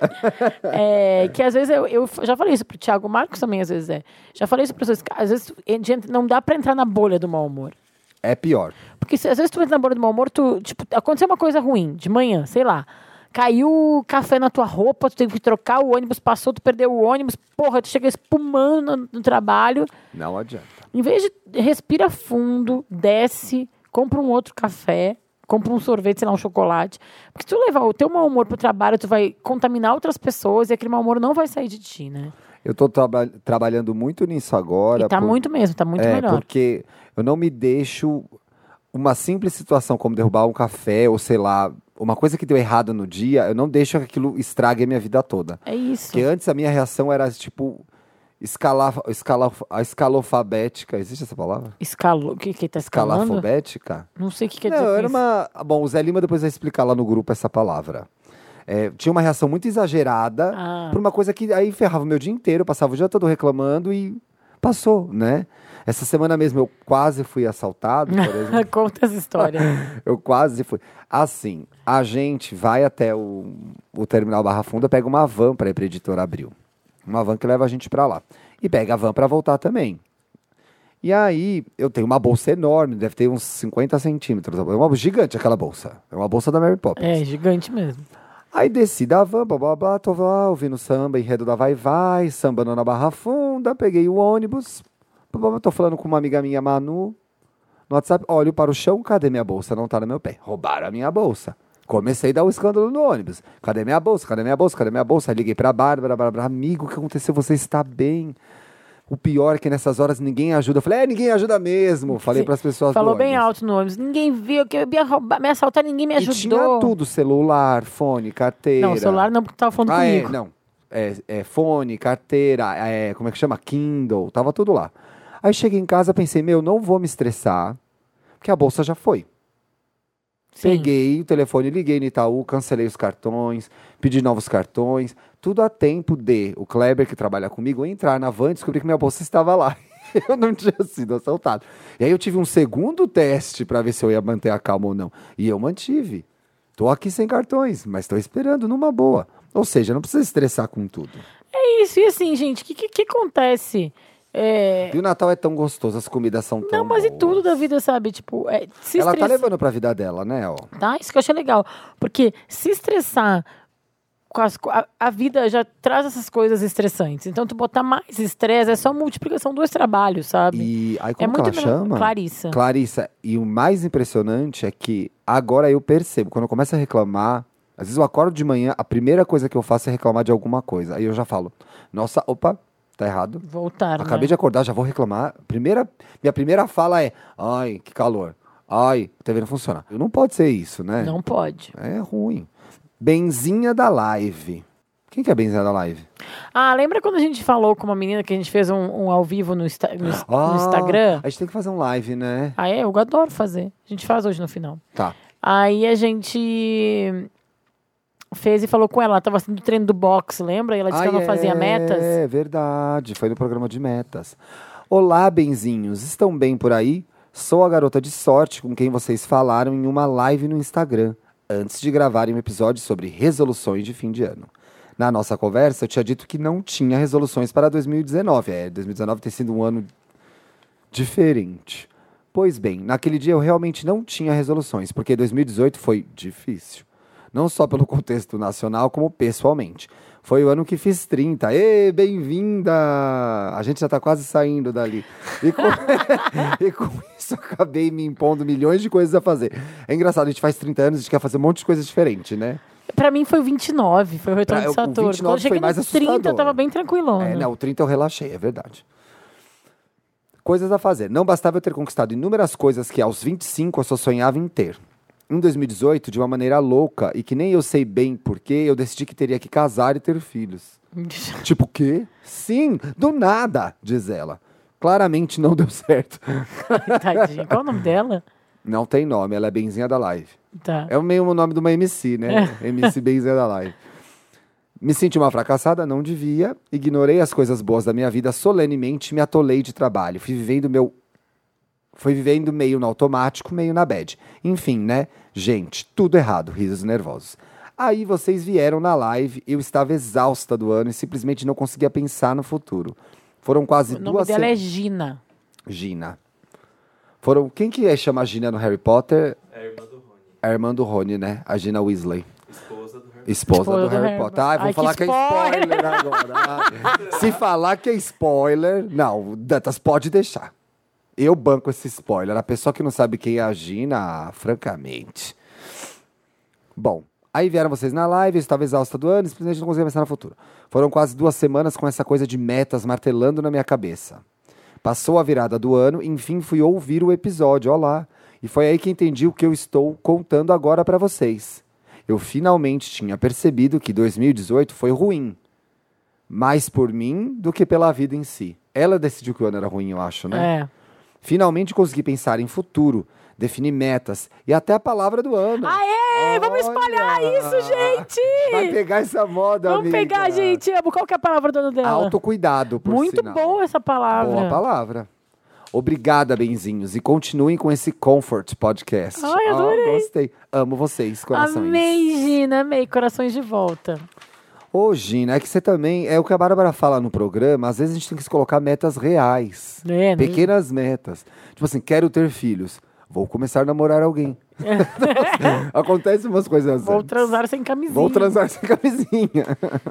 é, que às vezes, eu, eu já falei isso pro Thiago Marcos também, às vezes é. Já falei isso para pessoas que às vezes gente, não dá pra entrar na bolha do mau humor. É pior. Porque se, às vezes tu entra na bolha do mau humor, tu, tipo, aconteceu uma coisa ruim de manhã, sei lá. Caiu café na tua roupa, tu teve que trocar, o ônibus passou, tu perdeu o ônibus, porra, tu chega espumando no, no trabalho. Não adianta. Em vez de respira fundo, desce, compra um outro café, compra um sorvete, sei lá, um chocolate. Porque se tu levar o teu mau humor pro trabalho, tu vai contaminar outras pessoas e aquele mau humor não vai sair de ti, né? Eu tô traba- trabalhando muito nisso agora. E tá por- muito mesmo, tá muito é, melhor. porque eu não me deixo uma simples situação como derrubar um café ou sei lá, uma coisa que deu errado no dia, eu não deixo que aquilo estrague a minha vida toda. É isso. Porque antes a minha reação era tipo escala, escala, a escalofabética, existe essa palavra? Escalo... O que que tá escalando? Escalafobética? Não sei o que quer Não, dizer era isso. uma. Bom, o Zé Lima depois vai explicar lá no grupo essa palavra. É, tinha uma reação muito exagerada Ah. por uma coisa que aí ferrava o meu dia inteiro, eu passava o dia todo reclamando e passou, né? Essa semana mesmo eu quase fui assaltado, por exemplo. Conta essa história. Eu quase fui. Assim, a gente vai até o, o terminal Barra Funda, pega uma van para ir para Editora Abril. Uma van que leva a gente para lá. E pega a van para voltar também. E aí, eu tenho uma bolsa enorme, deve ter uns cinquenta centímetros. É uma gigante aquela bolsa. É uma bolsa da Mary Poppins. É, gigante mesmo. Aí desci da van, blá blá blá, tô lá ouvindo samba, enredo da Vai Vai, sambando na Barra Funda, peguei o ônibus, blá, blá, blá, tô falando com uma amiga minha, Manu, no WhatsApp, olho para o chão, cadê minha bolsa? Não tá no meu pé. Roubaram a minha bolsa. Comecei a dar um escândalo no ônibus. Cadê minha bolsa? Cadê minha bolsa? Cadê minha bolsa? Aí liguei pra Bárbara, Bárbara, amigo, o que aconteceu? Você está bem? O pior é que nessas horas ninguém ajuda. Eu falei, é, ninguém ajuda mesmo. Falei Sim. pras pessoas Falou do bem ônibus. alto no ônibus. Ninguém viu que eu ia roubar, me assaltar, ninguém me E ajudou. tinha tudo, celular, fone, carteira. Não, celular não, porque tu tava falando Ah, é, comigo. não. É, é fone, carteira, é, como é que chama? Kindle, tava tudo lá. Aí cheguei em casa, pensei, meu, não vou me estressar, porque a bolsa já foi. Sim. Peguei o telefone, liguei no Itaú, cancelei os cartões, pedi novos cartões, tudo a tempo de o Kleber, que trabalha comigo, entrar na van e descobrir que minha bolsa estava lá. Eu não tinha sido assaltado. E aí eu tive um segundo teste para ver se eu ia manter a calma ou não. E eu mantive. Tô aqui sem cartões, mas tô esperando numa boa. Ou seja, não precisa estressar com tudo. É isso, e assim, gente, o que, que, que acontece? É... E o Natal é tão gostoso, as comidas são tão Não, mas e boas. tudo da vida, sabe? Tipo, é, se Ela tá estressa- levando pra vida dela, né? Ó. Tá? Isso que eu achei legal. Porque se estressar com as co- a, a vida já traz essas coisas estressantes. Então, tu botar mais estresse é só multiplicação dos trabalhos, sabe? E aí, é como que muito ela melhor- chama? Clarissa. Clarissa. E o mais impressionante é que agora eu percebo, quando eu começo a reclamar, às vezes eu acordo de manhã, a primeira coisa que eu faço é reclamar de alguma coisa. Aí eu já falo, nossa, opa, tá errado. Voltar, Acabei né? de acordar, já vou reclamar. Primeira, minha primeira fala é, ai, que calor. Ai, a T V não funciona. Não pode ser isso, né? Não pode. É ruim. Benzinha da live. Quem que é a Benzinha da live? Ah, lembra quando a gente falou com uma menina que a gente fez um, um ao vivo no, Insta- no, ins- no Ah, Instagram? A gente tem que fazer um live, né? Ah, é? Eu adoro fazer. A gente faz hoje no final. Tá. Aí a gente fez e falou com ela. Ela tava sendo treino do boxe, lembra? E ela disse que Ah, ela não fazia é, metas. É verdade, foi no programa de metas. Olá, benzinhos, estão bem por aí? Sou a garota de sorte com quem vocês falaram em uma live no Instagram, antes de gravarem um episódio sobre resoluções de fim de ano. Na nossa conversa, eu tinha dito que não tinha resoluções para dois mil e dezenove. É, dois mil e dezenove tem sido um ano diferente. Pois bem, naquele dia eu realmente não tinha resoluções, porque dois mil e dezoito foi difícil. Não só pelo contexto nacional, como pessoalmente. Foi o ano que fiz trinta. Ê, bem-vinda! A gente já tá quase saindo dali. E com, e com isso, acabei me impondo milhões de coisas a fazer. É engraçado, a gente faz trinta anos, a gente quer fazer um monte de coisas diferentes, né? Pra mim foi vinte e nove, foi o retorno Pra- de o Saturno. vinte e nove Quando eu cheguei foi mais nos trinta, eu assustador. tava bem tranquilona. É, não, o trinta eu relaxei, é verdade. Coisas a fazer. Não bastava eu ter conquistado inúmeras coisas que aos vinte e cinco eu só sonhava em ter. Em dois mil e dezoito, de uma maneira louca, e que nem eu sei bem porquê, eu decidi que teria que casar e ter filhos. Tipo, o quê? Sim, do nada, diz ela. Claramente não deu certo. Tadinha. Qual o nome dela? Não tem nome, ela é Benzinha da Live. Tá. É o mesmo nome de uma M C, né? M C Benzinha da Live. Me senti uma fracassada, não devia. Ignorei as coisas boas da minha vida solenemente, me atolei de trabalho. Fui vivendo meu... Fui vivendo meio no automático, meio na bad. Enfim, né? Gente, tudo errado, risos nervosos. Aí vocês vieram na live, eu estava exausta do ano e simplesmente não conseguia pensar no futuro. Foram quase O nome duas... dela se- é Gina. Gina. Foram... Quem que é, chama a Gina no Harry Potter? É a irmã do Rony, A irmã do Rony, né? A Gina Weasley. esposa do Harry. Esposa Esposa do, do Harry, Harry Potter. Ah, vou Ai, falar que que, é spoiler. spoiler agora. Ah, se falar que é spoiler... Não, Dantas, pode deixar. Eu banco esse spoiler. A pessoa que não sabe quem é a Gina, francamente. Bom, aí vieram vocês na live, eu estava exausta do ano, simplesmente não conseguia pensar no futuro. Foram quase duas semanas com essa coisa de metas martelando na minha cabeça. Passou a virada do ano, enfim fui ouvir o episódio, ó lá. E foi aí que entendi o que eu estou contando agora pra vocês. Eu finalmente tinha percebido que dois mil e dezoito foi ruim. Mais por mim do que pela vida em si. Ela decidiu que o ano era ruim, eu acho, né? É. Finalmente consegui pensar em futuro, definir metas e até a palavra do ano. Aê, vamos espalhar Olha! isso, gente! Vai pegar essa moda, Vamos amiga. pegar, gente. Amo. Qual que é a palavra do ano dela? Autocuidado, por Muito sinal. boa essa palavra. Boa palavra. Obrigada, benzinhos. E continuem com esse Comfort Podcast. Ai, adorei. Ah, gostei. Amo vocês, corações. Amei, Gina. Amei. Corações de volta. Ô, Gina, é que você também... É o que a Bárbara fala no programa. Às vezes a gente tem que se colocar metas reais. É, né? Pequenas metas. Tipo assim, quero ter filhos. Vou começar a namorar alguém. Acontece umas coisas Vou antes. transar sem camisinha. Vou transar sem camisinha.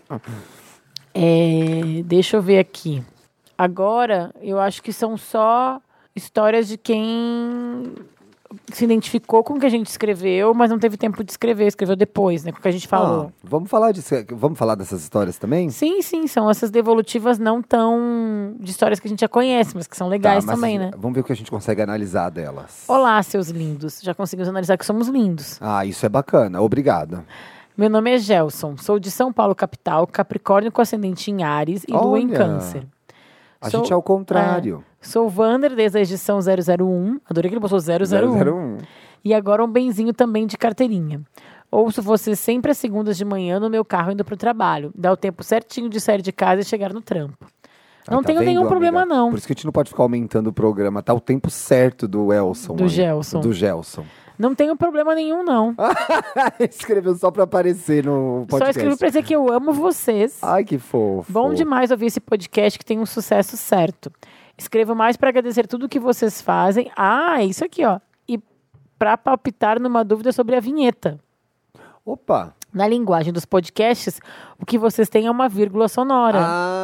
É, deixa eu ver aqui. Agora, eu acho que são só histórias de quem se identificou com o que a gente escreveu, mas não teve tempo de escrever, escreveu depois, né? Com o que a gente falou. Ah, vamos falar disso. Vamos falar dessas histórias também? Sim, sim, são essas devolutivas não tão de histórias que a gente já conhece, mas que são legais Tá, mas também, né? Vamos ver o que a gente consegue analisar delas. Olá, seus lindos. Já conseguimos analisar que somos lindos. Ah, isso é bacana. Obrigado. Meu nome é Gelson, sou de São Paulo, capital, Capricórnio com ascendente em Áries e lua em Olha, Câncer. A Sou- gente é o contrário. É, sou Wander desde a edição zero zero um. Adorei que ele botou zero zero um. zero zero um. E agora um benzinho também de carteirinha. Ouço você sempre às segundas de manhã no meu carro indo pro trabalho. Dá o tempo certinho de sair de casa e chegar no trampo. Ai, Não tá tenho vendo, nenhum problema, amiga? não. Por isso que a gente não pode ficar aumentando o programa. Tá o tempo certo do Elson. Do aí. Gelson. Do Gelson. Não tenho problema nenhum, não. Escreveu só pra aparecer no Só podcast. escrevi pra dizer que eu amo vocês. Ai, que fofo. Bom demais ouvir esse podcast que tem um sucesso certo. Escrevo mais para agradecer tudo que vocês fazem. Ah, isso aqui, ó. E para palpitar numa dúvida sobre a vinheta. Opa. Na linguagem dos podcasts, o que vocês têm é uma vírgula sonora.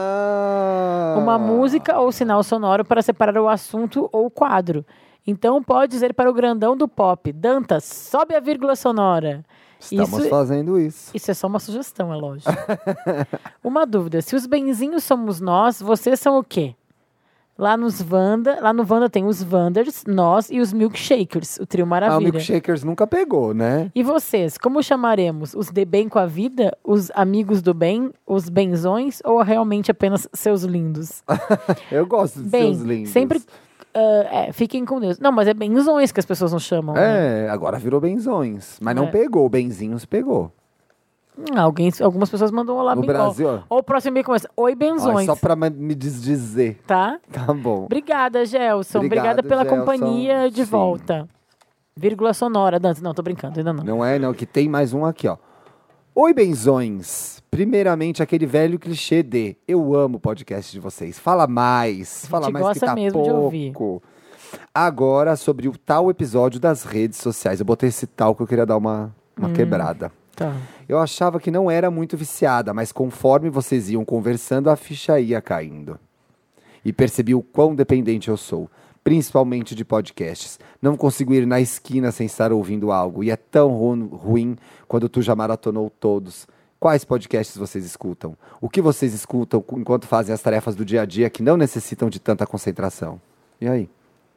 Ah. Uma música ou sinal sonoro para separar o assunto ou o quadro. Então pode dizer para o grandão do pop, Dantas, sobe a vírgula sonora. Estamos Isso- fazendo isso. Isso é só uma sugestão, é lógico. Uma dúvida, se os benzinhos somos nós, vocês são o quê? Lá nos Wanda, lá no Wanda tem os Wanders, nós e os Milkshakers, o trio Ah, o Maravilha. Milkshakers nunca pegou, né? E vocês, como chamaremos? Os de bem com a vida? Os amigos do bem? Os benzões? Ou realmente apenas seus lindos? Eu gosto de Bem, seus lindos. sempre ah, é, fiquem com Deus. Não, mas é benzões que as pessoas não chamam. né? É, agora virou benzões. Mas não É. pegou, benzinhos pegou. Hum, Alguém, algumas pessoas mandam olá, No ben- Brasil, ó. Ó, Ou o próximo e-mail começa, oi Ó, benzões, só pra me me desdizer. tá? Tá bom. Obrigada, Gelson. Obrigado, Obrigada pela Gelson. companhia de Sim. volta. Vírgula sonora, Dantas. Não, tô brincando, ainda não. Não é, não, que tem mais um aqui, ó. Oi, benzões. Primeiramente, aquele velho clichê de eu amo o podcast de vocês. Fala mais. Fala mais que gosta tá mesmo de pouco. ouvir. Agora, sobre o tal episódio das redes sociais. Eu botei esse tal que eu queria dar uma, uma quebrada. Tá. Eu achava que não era muito viciada, mas conforme vocês iam conversando, a ficha ia caindo. E percebi o quão dependente eu sou, principalmente de podcasts. Não consigo ir na esquina sem estar ouvindo algo, e é tão ru- ruim quando tu já maratonou todos. Quais podcasts vocês escutam? O que vocês escutam enquanto fazem as tarefas do dia a dia que não necessitam de tanta concentração? E aí?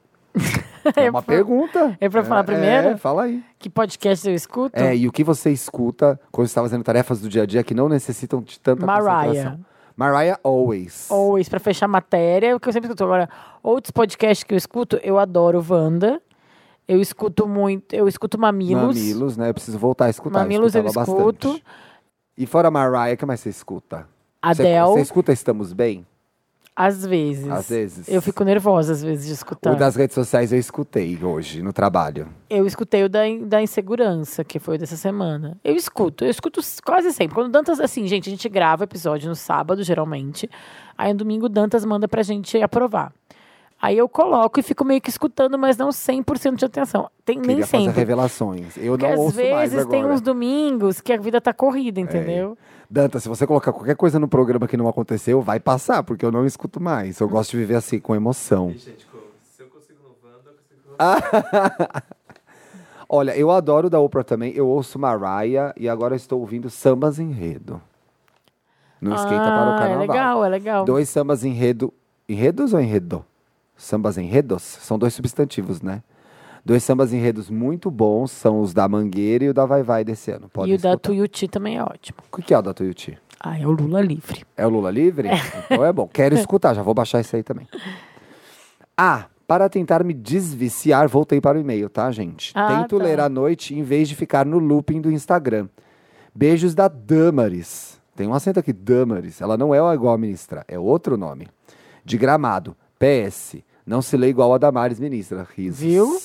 É uma pra- pergunta. é pra falar primeiro? É, fala aí. Que podcast eu escuto? É, e o que você escuta quando está fazendo tarefas do dia a dia que não necessitam de tanta Mariah. concentração? Mariah Always. Always, pra fechar a matéria, o que eu sempre escuto. Agora, outros podcasts que eu escuto, eu adoro Wanda. Eu escuto muito, eu escuto Mamilos. Mamilos, né? Eu preciso voltar a escutar. Mamilos eu, eu escuto. Bastante. E fora Mariah, o que mais você escuta? Adele. Você, você escuta Estamos Bem? Às vezes. Às vezes. Eu fico nervosa, às vezes, de escutar. O das redes sociais eu escutei hoje, no trabalho. Eu escutei o da, da insegurança, que foi dessa semana. Eu escuto, eu escuto quase sempre. Quando o Dantas, assim, gente, a gente grava episódio no sábado, geralmente. Aí no domingo o Dantas manda pra gente aprovar. Aí eu coloco e fico meio que escutando, mas não cem por cento de atenção. Tem, nem sempre. Fazer revelações. Eu Porque não às ouço mais vezes agora. tem uns domingos que a vida tá corrida, entendeu? É. Dantas, se você colocar qualquer coisa no programa que não aconteceu, vai passar, porque eu não escuto mais. Eu gosto de viver assim, com emoção. E, gente, se eu consigo no Wanda, eu consigo no... Olha, eu adoro da Oprah também. Eu ouço Mariah e agora eu estou ouvindo Sambas Enredo. Não esquenta ah, para o carnaval. É legal, é legal. Dois sambas enredo. Enredos ou enredo? Sambas enredos? São dois substantivos, né? Dois sambas enredos muito bons são os da Mangueira e o da Vai Vai desse ano. Podem e o da escutar. Tuiuti também é ótimo. O que é o da Tuiuti? Ah, é o Lula livre. É o Lula livre? Então é bom. Quero escutar, já vou baixar isso aí também. Ah, para tentar me desviciar, voltei para o e-mail, tá, gente? Ah, Tento tá. ler à noite em vez de ficar no looping do Instagram. Beijos da Damaris. Tem um acento aqui, Damaris. Ela não é igual a ministra, é outro nome. De Gramado. P S. Não se lê igual a Damares, ministra. Risos. Viu?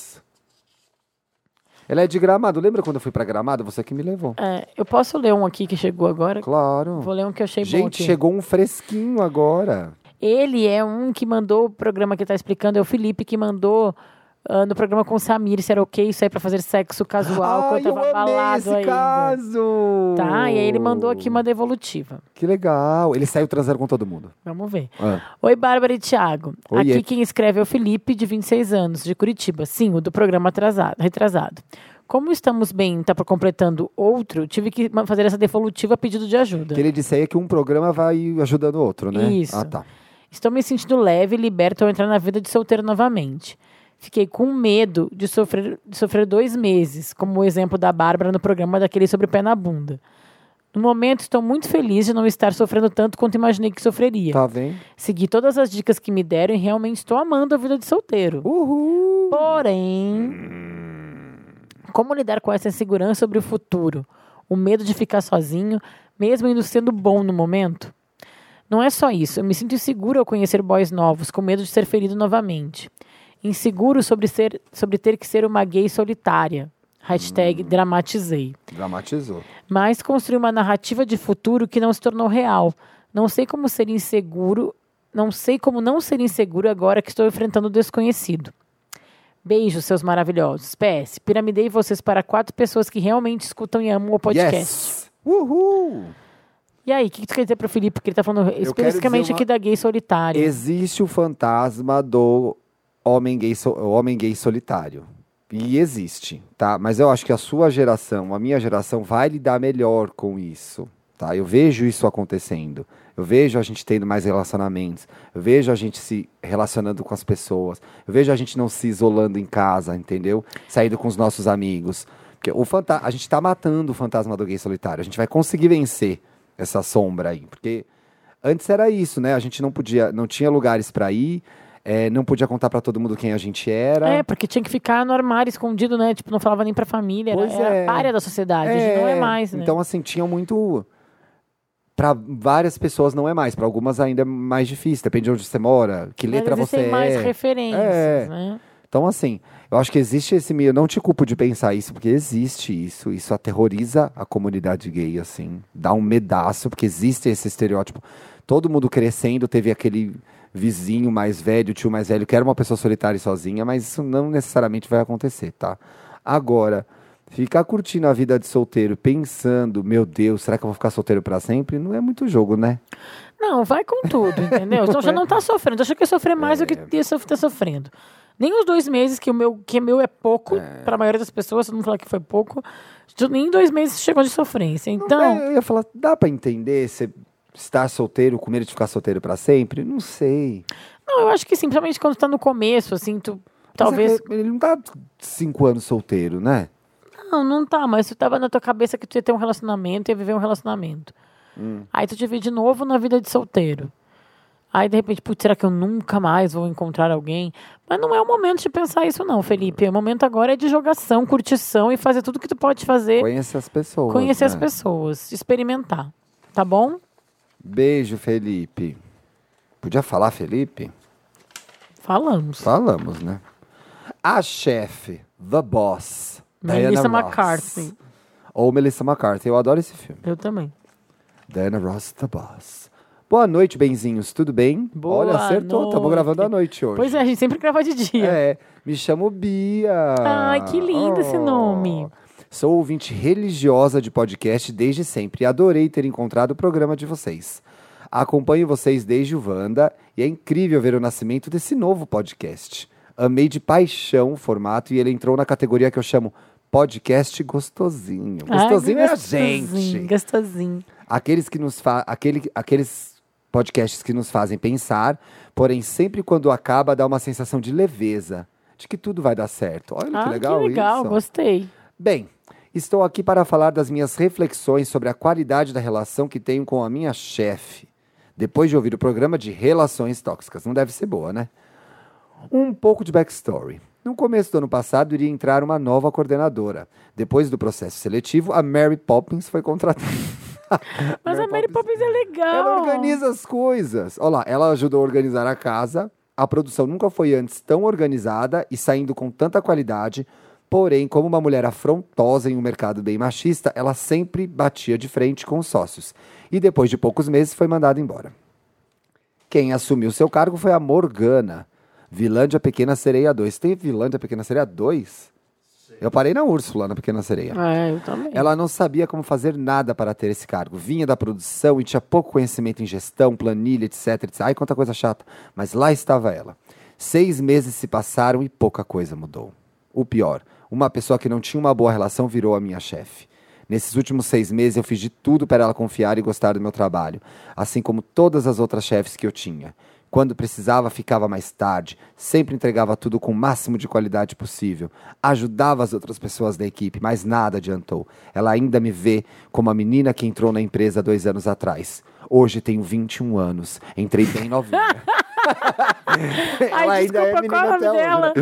Ela é de Gramado. Lembra quando eu fui pra Gramado? Você que me levou. É, eu posso ler um aqui que chegou agora? Claro. Vou ler um que eu achei bom Gente, aqui. chegou um fresquinho agora. Ele é um que mandou o programa que tá explicando, é o Felipe que mandou uh, no programa com o Samir, se era ok isso aí pra fazer sexo casual, Ai, quando eu eu tava amei balado esse ainda. caso! Tá, e aí ele mandou aqui uma devolutiva. Que legal. Ele saiu transando com todo mundo. Vamos ver. Ah. Oi, Bárbara e Thiago. Oiê. Aqui quem escreve é o Felipe, de vinte e seis anos, de Curitiba. Sim, o do programa atrasado, retrasado. Como estamos bem, tá completando outro, tive que ma- fazer essa devolutiva a pedido de ajuda. O que ele disse aí é que um programa vai ajudando o outro, né? Isso. Ah, tá. Estou me sentindo leve e liberta ao entrar na vida de solteiro novamente. Fiquei com medo de sofrer, de sofrer dois meses, como o exemplo da Bárbara no programa daquele sobre o pé na bunda. No momento, estou muito feliz de não estar sofrendo tanto quanto imaginei que sofreria. Tá vendo? Segui todas as dicas que me deram e realmente estou amando a vida de solteiro. Uhul! Porém, como lidar com essa insegurança sobre o futuro? O medo de ficar sozinho, mesmo indo sendo bom no momento? Não é só isso. Eu me sinto inseguro ao conhecer boys novos, com medo de ser ferido novamente. Inseguro sobre, ser, sobre ter que ser uma gay solitária. Hashtag dramatizei. Dramatizou. Mas construí uma narrativa de futuro que não se tornou real. Não sei como ser inseguro, não sei como não ser inseguro agora que estou enfrentando o desconhecido. Beijos, seus maravilhosos. P S. Piramidei vocês para quatro pessoas que realmente escutam e amam o podcast. Yes! Uhul! E aí, o que, que tu quer dizer pro Felipe? Porque ele tá falando especificamente dizer uma- aqui da gay solitária. Existe o fantasma do homem gay, so- o homem gay solitário. E existe, tá? Mas eu acho que a sua geração, a minha geração, vai lidar melhor com isso, tá? Eu vejo isso acontecendo. Eu vejo a gente tendo mais relacionamentos. Eu vejo a gente se relacionando com as pessoas. Eu vejo a gente não se isolando em casa, entendeu? Saindo com os nossos amigos. Porque o fanta- a gente tá matando o fantasma do gay solitário. A gente vai conseguir vencer essa sombra aí. Porque antes era isso, né? A gente não podia, não tinha lugares pra ir. É, não podia contar pra todo mundo quem a gente era. É, porque tinha que ficar no armário escondido, né? Tipo, não falava nem pra família. Era, Pois era é. párea da sociedade. Hoje não é mais, né? Então, assim, tinha muito. Pra várias pessoas não é mais. Pra algumas ainda é mais difícil. Depende de onde você mora, que Mas letra você existem mais é. referências, É. né? Então, assim, eu acho que existe esse meio. Eu não te culpo de pensar isso, porque existe isso. Isso aterroriza a comunidade gay, assim. Dá um medaço, porque existe esse estereótipo. Todo mundo crescendo teve aquele vizinho mais velho, tio mais velho, que era uma pessoa solitária e sozinha, mas isso não necessariamente vai acontecer, tá? Agora, ficar curtindo a vida de solteiro, pensando, meu Deus, será que eu vou ficar solteiro pra sempre? Não é muito jogo, né? Não, vai com tudo, entendeu? Então já não tá sofrendo. Achou que ia sofrer mais do que ia sof- tá sofrendo. Nem os dois meses, que o meu, que meu é pouco, pra maioria das pessoas, todo mundo fala que foi pouco, nem dois meses chegou de sofrência. Então, É, eu ia falar, dá pra entender você estar solteiro, com medo de ficar solteiro pra sempre? Não sei. não, eu acho que sim, principalmente quando tá no começo, assim, tu Mas talvez... é que ele não tá cinco anos solteiro, né? Não, não tá, mas tu tava na tua cabeça que tu ia ter um relacionamento, ia viver um relacionamento. Hum. Aí tu te vê de novo na vida de solteiro. Aí, de repente, putz, será que eu nunca mais vou encontrar alguém? Mas não é o momento de pensar isso, não, Felipe. O momento agora é de jogação, curtição e fazer tudo que tu pode fazer. Conhecer as pessoas. Conhecer né? as pessoas, experimentar. Tá bom? Beijo, Felipe. Podia falar, Felipe? Falamos. Falamos, né? A chefe, The Boss, Melissa Diana Ross. McCarthy. Ou Melissa McCarthy. Eu adoro esse filme. Eu também. Diana Ross, The Boss. Boa noite, benzinhos. Tudo bem? Boa Olha, acertou. noite. Estamos gravando à noite hoje. Pois é, a gente sempre grava de dia. É, me chamo Bia. Ai, que lindo esse nome. Sou ouvinte religiosa de podcast desde sempre e adorei ter encontrado o programa de vocês. Acompanho vocês desde o Wanda e é incrível ver o nascimento desse novo podcast. Amei de paixão o formato e ele entrou na categoria que eu chamo podcast gostosinho. Gostosinho Ai, é a gente. Gostosinho, gostosinho. Aqueles que nos fa aquele, aqueles podcasts que nos fazem pensar, porém sempre quando acaba dá uma sensação de leveza, de que tudo vai dar certo. Olha Ah, que legal, que legal, isso. gostei. Bem, estou aqui para falar das minhas reflexões sobre a qualidade da relação que tenho com a minha chefe. Depois de ouvir o programa de relações tóxicas. Não deve ser boa, né? Um pouco de backstory. No começo do ano passado, iria entrar uma nova coordenadora. Depois do processo seletivo, a Mary Poppins foi contratada. Mas a Mary Poppins é legal. Ela organiza as coisas. Olha lá, ela ajudou a organizar a casa. A produção nunca foi antes tão organizada e saindo com tanta qualidade. Porém, como uma mulher afrontosa em um mercado bem machista, ela sempre batia de frente com os sócios. E depois de poucos meses foi mandada embora. Quem assumiu seu cargo foi a Morgana. Vilândia Pequena Sereia dois. Tem Vilândia Pequena Sereia dois? Eu parei na Úrsula, na Pequena Sereia. É, eu também. Ela não sabia como fazer nada para ter esse cargo. Vinha da produção e tinha pouco conhecimento em gestão, planilha, etc, etcétera. Ai, quanta coisa chata. Mas lá estava ela. Seis meses se passaram e pouca coisa mudou. O pior, uma pessoa que não tinha uma boa relação virou a minha chefe. Nesses últimos seis meses eu fiz de tudo para ela confiar e gostar do meu trabalho, assim como todas as outras chefes que eu tinha. Quando precisava, ficava mais tarde, sempre entregava tudo com o máximo de qualidade possível. Ajudava as outras pessoas da equipe, mas nada adiantou. Ela ainda me vê como a menina que entrou na empresa dois anos atrás. Hoje tenho vinte e um anos, entrei bem novinha. Ai, desculpa, qual é o nome dela?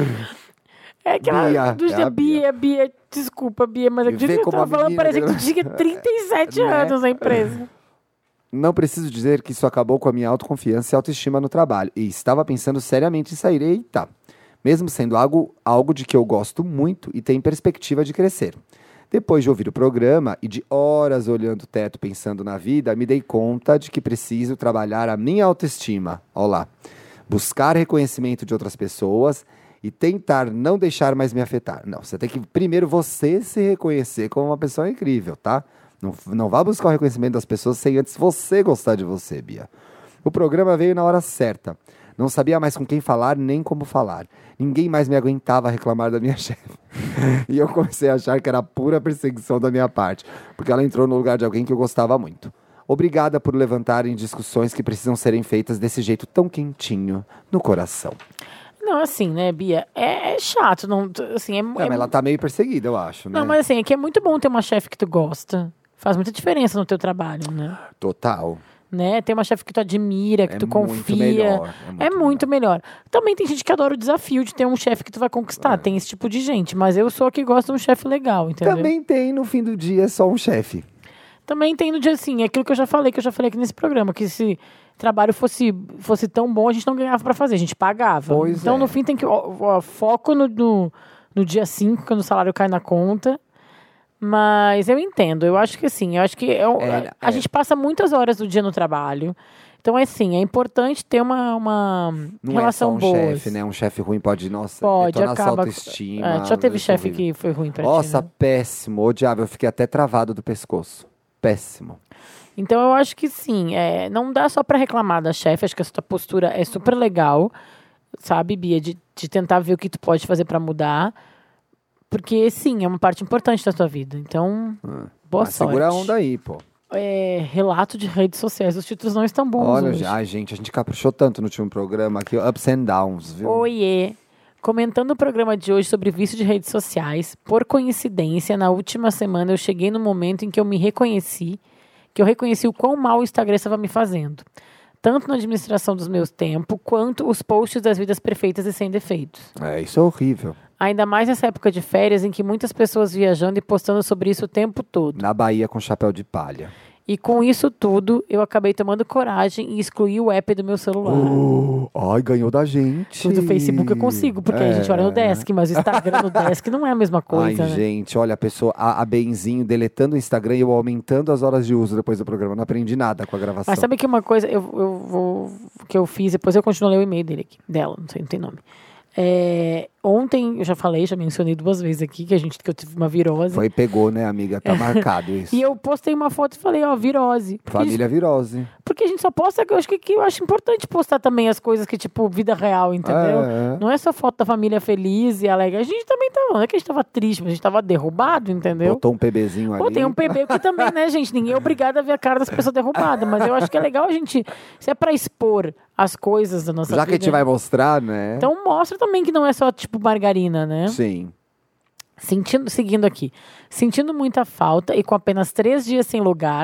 É aquela Bia, do é Bia, a Bia. Bia, Bia, desculpa, Bia, mas eu Me acredito vê que eu como tava a falando, menina parecia que que- tu tinha trinta e sete Né? anos na empresa. Não preciso dizer que isso acabou com a minha autoconfiança e autoestima no trabalho. E estava pensando seriamente em sair. Eita! Mesmo sendo algo, algo de que eu gosto muito e tenho perspectiva de crescer. Depois de ouvir o programa e de horas olhando o teto pensando na vida, me dei conta de que preciso trabalhar a minha autoestima. Olha lá. Buscar reconhecimento de outras pessoas e tentar não deixar mais me afetar. Não, você tem que primeiro você se reconhecer como uma pessoa incrível, tá? Não, não vá buscar o reconhecimento das pessoas sem antes você gostar de você, Bia. O programa veio na hora certa. Não sabia mais com quem falar nem como falar. Ninguém mais me aguentava reclamar da minha chefe. E eu comecei a achar que era pura perseguição da minha parte, porque ela entrou no lugar de alguém que eu gostava muito. Obrigada por levantarem discussões que precisam serem feitas desse jeito tão quentinho no coração. Não, assim, né, Bia? É, é chato, não, assim, é, É, é- mas ela tá meio perseguida, eu acho, né? Não, mas assim, é que é muito bom ter uma chefe que tu gosta. Faz muita diferença no teu trabalho, né? Total. né? Ter uma chefe que tu admira, que É tu muito confia. melhor, é muito É muito melhor. Também tem gente que adora o desafio de ter um chefe que tu vai conquistar. Tem esse tipo de gente. Mas eu sou a que gosta de um chefe legal, entendeu? Também tem, no fim do dia, só um chefe. Também tem no dia assim, é aquilo que eu já falei, que eu já falei aqui nesse programa, que se trabalho fosse, fosse tão bom, a gente não ganhava pra fazer, a gente pagava. Pois então, é. no fim, tem que. Ó, ó, foco no, no, no dia cinco, quando o salário cai na conta. Mas eu entendo, eu acho que assim, eu acho que é, É, a é. gente passa muitas horas do dia no trabalho. Então, é assim, é importante ter uma, uma Não relação é só um boa. chefe, né? Um chefe ruim pode, nossa, Pode, detonar sua acaba. autoestima. É, já teve isso é chefe horrível. que foi ruim pra Nossa, ti, né? péssimo. Odiava. Eu fiquei até travado do pescoço. Péssimo. Então, eu acho que sim, é, não dá só pra reclamar da chefe, acho que essa tua postura é super legal, sabe, Bia, de, de tentar ver o que tu pode fazer pra mudar, porque, sim, é uma parte importante da tua vida. Então, boa Mas sorte. segura a onda aí, pô. É, relato de redes sociais, os títulos não estão bons Olha, hoje. ai, gente, a gente caprichou tanto no último programa aqui, ups and downs, viu? Oiê! Comentando o programa de hoje sobre vício de redes sociais, por coincidência, na última semana eu cheguei no momento em que eu me reconheci que eu reconheci o quão mal o Instagram estava me fazendo. Tanto na administração dos meus tempos, quanto os posts das vidas perfeitas e sem defeitos. É, isso é horrível. Ainda mais nessa época de férias, em que muitas pessoas viajando e postando sobre isso o tempo todo. Na Bahia com chapéu de palha. E com isso tudo, eu acabei tomando coragem e excluí o app do meu celular. Oh, ai, ganhou da gente. Do Facebook eu consigo, porque É. a gente olha no desk, mas o Instagram no desk não é a mesma coisa, Ai, né? gente, olha, a pessoa, a, a Benzinho deletando o Instagram e eu aumentando as horas de uso depois do programa. Não aprendi nada com a gravação. Mas sabe que uma coisa eu, eu vou, que eu fiz, depois eu continuo a ler o e-mail dele aqui, dela, não sei, não tem nome. É, ontem, eu já falei, já mencionei duas vezes aqui, que, a gente, que eu tive uma virose. Foi, pegou, né, amiga? Tá marcado isso. E eu postei uma foto e falei, ó, virose. Porque a gente- Família virose. Porque a gente só posta, eu acho que, que eu acho importante postar também as coisas que, tipo, vida real, entendeu? É. Não é só foto da família feliz e alegre. A gente também tava, não é que a gente tava triste, mas a gente tava derrubado, entendeu? Botou um PBzinho ali. Pô, tem um P B que também, né, gente? Ninguém é obrigado a ver a cara das pessoas derrubadas. Mas eu acho que é legal a gente, se é pra expor as coisas da nossa Já vida. que a gente vai mostrar, né? Então mostra também que não é só, tipo, margarina, né? Sim. Sentindo, seguindo aqui. Sentindo muita falta e com apenas três dias sem lugar,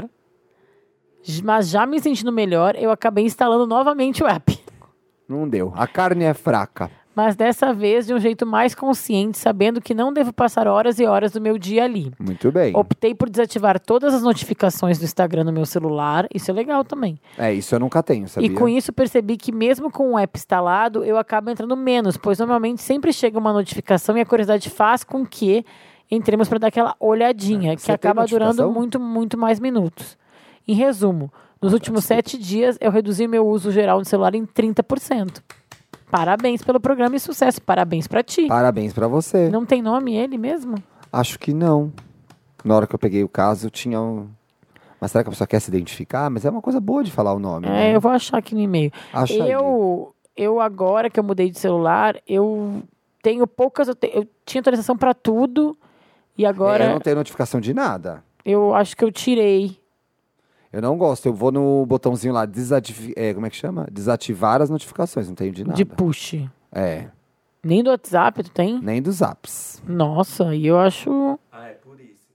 mas já me sentindo melhor, eu acabei instalando novamente o app. Não deu. A carne é fraca. Mas dessa vez de um jeito mais consciente, sabendo que não devo passar horas e horas do meu dia ali. Muito bem. Optei por desativar todas as notificações do Instagram no meu celular. Isso é legal também. É, isso eu nunca tenho, sabia? E com isso percebi que mesmo com o app instalado, eu acabo entrando menos, pois normalmente sempre chega uma notificação e a curiosidade faz com que entremos para dar aquela olhadinha, que Você tem acaba durando notificação? muito, muito mais minutos. Em resumo, nos últimos sete dias eu reduzi meu uso geral no celular em trinta por cento. Parabéns pelo programa e sucesso. Parabéns pra ti. Parabéns pra você. Não tem nome ele mesmo? Acho que não. Na hora que eu peguei o caso, tinha um... Mas será que a pessoa quer se identificar? Mas é uma coisa boa de falar o nome, É, né? eu vou achar aqui no e-mail. Acha aí. Eu, eu agora que eu mudei de celular, eu tenho poucas... Eu, te- eu tinha atualização pra tudo e agora É, eu não tenho notificação de nada. eu acho que eu tirei. Eu não gosto. Eu vou no botãozinho lá, desativar... É, como é que chama? Desativar as notificações. Não tenho de nada. De push. É, Nem do WhatsApp tu tem? nem dos apps. Nossa, e eu acho... Ah, é por isso.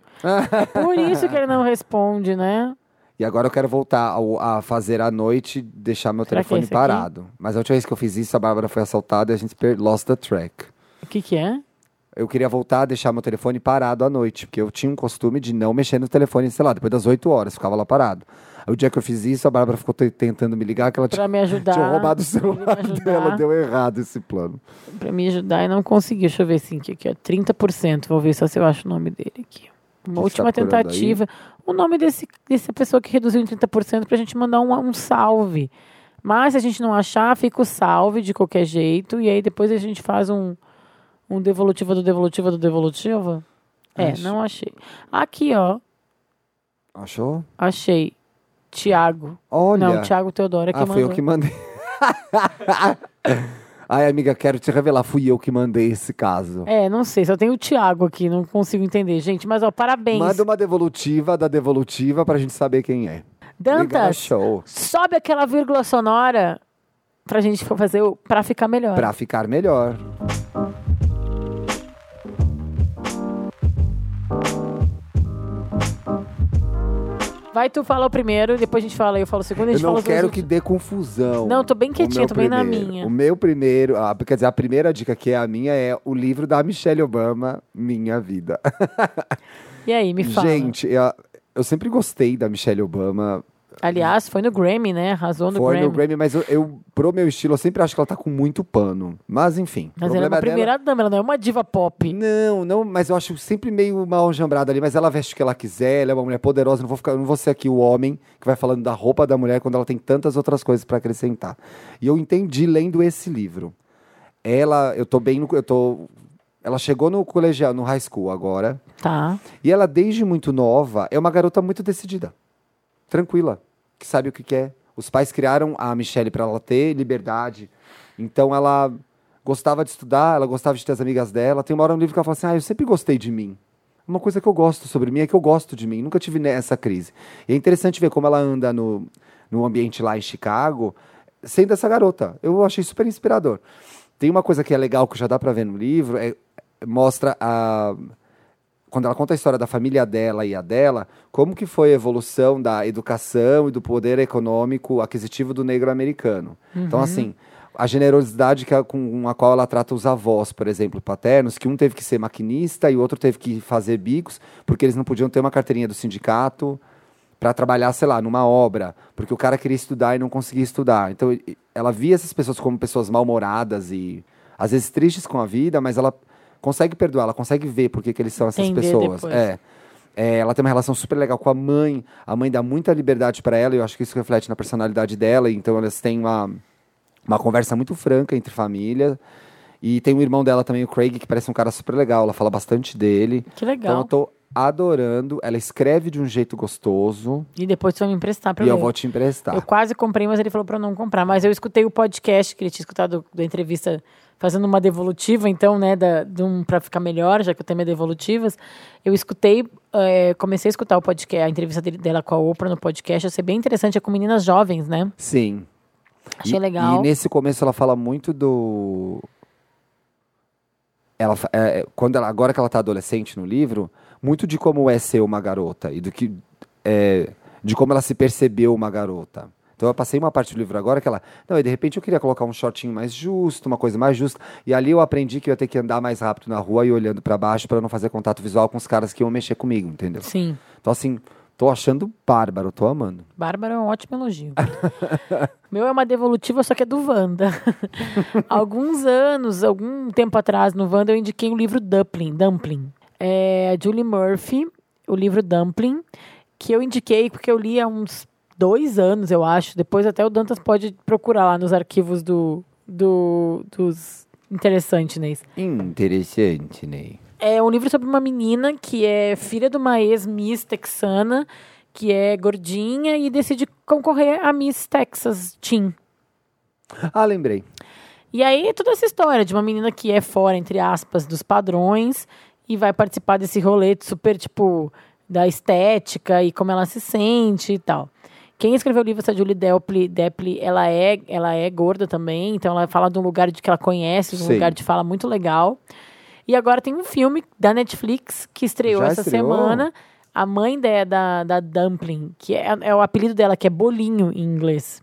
Por isso que ele não responde, né? E agora eu quero voltar ao- a fazer à noite, deixar meu Será que é telefone esse aqui? parado. Mas a última vez que eu fiz isso, a Bárbara foi assaltada e a gente per- lost the track. O que que é? Eu queria voltar a deixar meu telefone parado à noite, porque eu tinha um costume de não mexer no telefone, sei lá, depois das oito horas, ficava lá parado. Aí o dia que eu fiz isso, a Bárbara ficou te- tentando me ligar, que ela Pra tinha, me ajudar. tinha roubado o pra ele me celular ajudar. dela, deu errado esse plano. Pra me ajudar e não consegui. Deixa eu ver assim, que aqui, ó, trinta por cento. Vou ver só se eu acho o nome dele aqui. Uma Que última você tá procurando tentativa. O nome desse, dessa pessoa que reduziu em trinta por cento pra gente mandar um, um salve. Mas se a gente não achar, fica o salve de qualquer jeito. E aí depois a gente faz um, um devolutiva do devolutiva do devolutiva. É, Acho. não achei. Aqui, ó. Achou? Achei. Tiago. Olha. Não, Tiago Teodoro é que Ah, fui mandou. eu que mandei. Ai, amiga, quero te revelar, fui eu que mandei esse caso. É, não sei, só tem o Tiago aqui, não consigo entender. Gente, mas ó, parabéns. Manda uma devolutiva da devolutiva pra gente saber quem é. Liga no Dantas, show. sobe aquela vírgula sonora pra gente fazer o pra ficar melhor. Pra ficar melhor. Vai, tu fala o primeiro, depois a gente fala, eu falo o segundo, a Eu gente não fala os quero dois que dê confusão. Não, eu tô bem O quietinha, meu tô bem na primeiro. minha. O meu primeiro, ah, quer dizer, a primeira dica que é a minha é o livro da Michelle Obama, Minha Vida. E aí, me fala. Gente, eu, eu sempre gostei da Michelle Obama. Aliás, foi no Grammy, né? Arrasou no Foi Grammy. no Grammy, mas eu, eu, pro meu estilo, eu sempre acho que ela tá com muito pano. Mas, enfim. o Mas ela é problema uma dela- primeira dama, ela não é uma diva pop. Não, não, mas eu acho sempre meio mal jambrada ali, mas ela veste o que ela quiser, ela é uma mulher poderosa, não vou ficar, não vou ser aqui o homem que vai falando da roupa da mulher quando ela tem tantas outras coisas pra acrescentar. E eu entendi lendo esse livro. Ela, eu tô bem no, eu tô ela chegou no colegial, no high school agora, Tá. e ela desde muito nova é uma garota muito decidida. Tranquila, que sabe o que quer. Os pais criaram a Michelle pra ela ter liberdade. Então ela gostava de estudar, ela gostava de ter as amigas dela. Tem uma hora no livro que ela fala assim: ah, eu sempre gostei de mim. Uma coisa que eu gosto sobre mim é que eu gosto de mim. Nunca tive nessa crise. E é interessante ver como ela anda no, no ambiente lá em Chicago, sendo essa garota. Eu achei super inspirador. Tem uma coisa que é legal, que já dá pra ver no livro, é, mostra a, quando ela conta a história da família dela e a dela, como que foi a evolução da educação e do poder econômico aquisitivo do negro americano. Uhum. Então, assim, a generosidade que a, com a qual ela trata os avós, por exemplo, paternos, que um teve que ser maquinista e o outro teve que fazer bicos, porque eles não podiam ter uma carteirinha do sindicato para trabalhar, sei lá, numa obra, porque o cara queria estudar e não conseguia estudar. Então, ela via essas pessoas como pessoas mal-humoradas e, às vezes, tristes com a vida, mas ela consegue perdoar, ela consegue ver por que que eles são essas Entender pessoas. depois. É. É, ela tem uma relação super legal com a mãe, a mãe dá muita liberdade para ela, e eu acho que isso reflete na personalidade dela, então elas têm uma, uma conversa muito franca entre família. E tem o irmão dela também, o Craig, que parece um cara super legal, ela fala bastante dele. Que legal. Então eu tô adorando, ela escreve de um jeito gostoso. E depois você vai me emprestar pra E ler. eu vou te emprestar. Eu quase comprei, mas ele falou pra eu não comprar. Mas eu escutei o podcast que ele tinha escutado da entrevista, fazendo uma devolutiva, então, né, da, de um, pra ficar melhor, já que eu tenho minhas devolutivas. Eu escutei, é, comecei a escutar o podcast, a entrevista dele, dela com a Oprah no podcast. Achei bem interessante, é com meninas jovens, né? Sim. Achei e, legal. E nesse começo ela fala muito do... Ela, é, quando ela, agora que ela está adolescente no livro, muito de como é ser uma garota e do que, é, de como ela se percebeu uma garota. Então eu passei uma parte do livro agora que ela... Não, e de repente eu queria colocar um shortinho mais justo, uma coisa mais justa. E ali eu aprendi que eu ia ter que andar mais rápido na rua e olhando para baixo para não fazer contato visual com os caras que iam mexer comigo, entendeu? Sim. Então assim, tô achando bárbaro, tô amando. Bárbara é um ótimo elogio. Meu é uma devolutiva, só que é do Wanda. Alguns anos, algum tempo atrás, no Wanda, eu indiquei o livro Dumpling. Dumpling. É a Julie Murphy, o livro Dumpling, que eu indiquei porque eu li há uns dois anos, eu acho. Depois até o Dantas pode procurar lá nos arquivos do, do, dos interessantes, né? Interessante, né? É um livro sobre uma menina que é filha de uma ex-miss texana, que é gordinha e decide concorrer a Miss Texas Teen. Ah, lembrei. E aí, toda essa história de uma menina que é fora, entre aspas, dos padrões e vai participar desse rolê super, tipo, da estética e como ela se sente e tal. Quem escreveu o livro, essa Julie Delpy, Delpy ela, é, ela é gorda também, então ela fala de um lugar de que ela conhece, de um Sim. lugar de fala muito legal. E agora tem um filme da Netflix que estreou Já essa estreou? semana. A mãe da, da, da Dumpling, que é, é o apelido dela, que é Bolinho em inglês.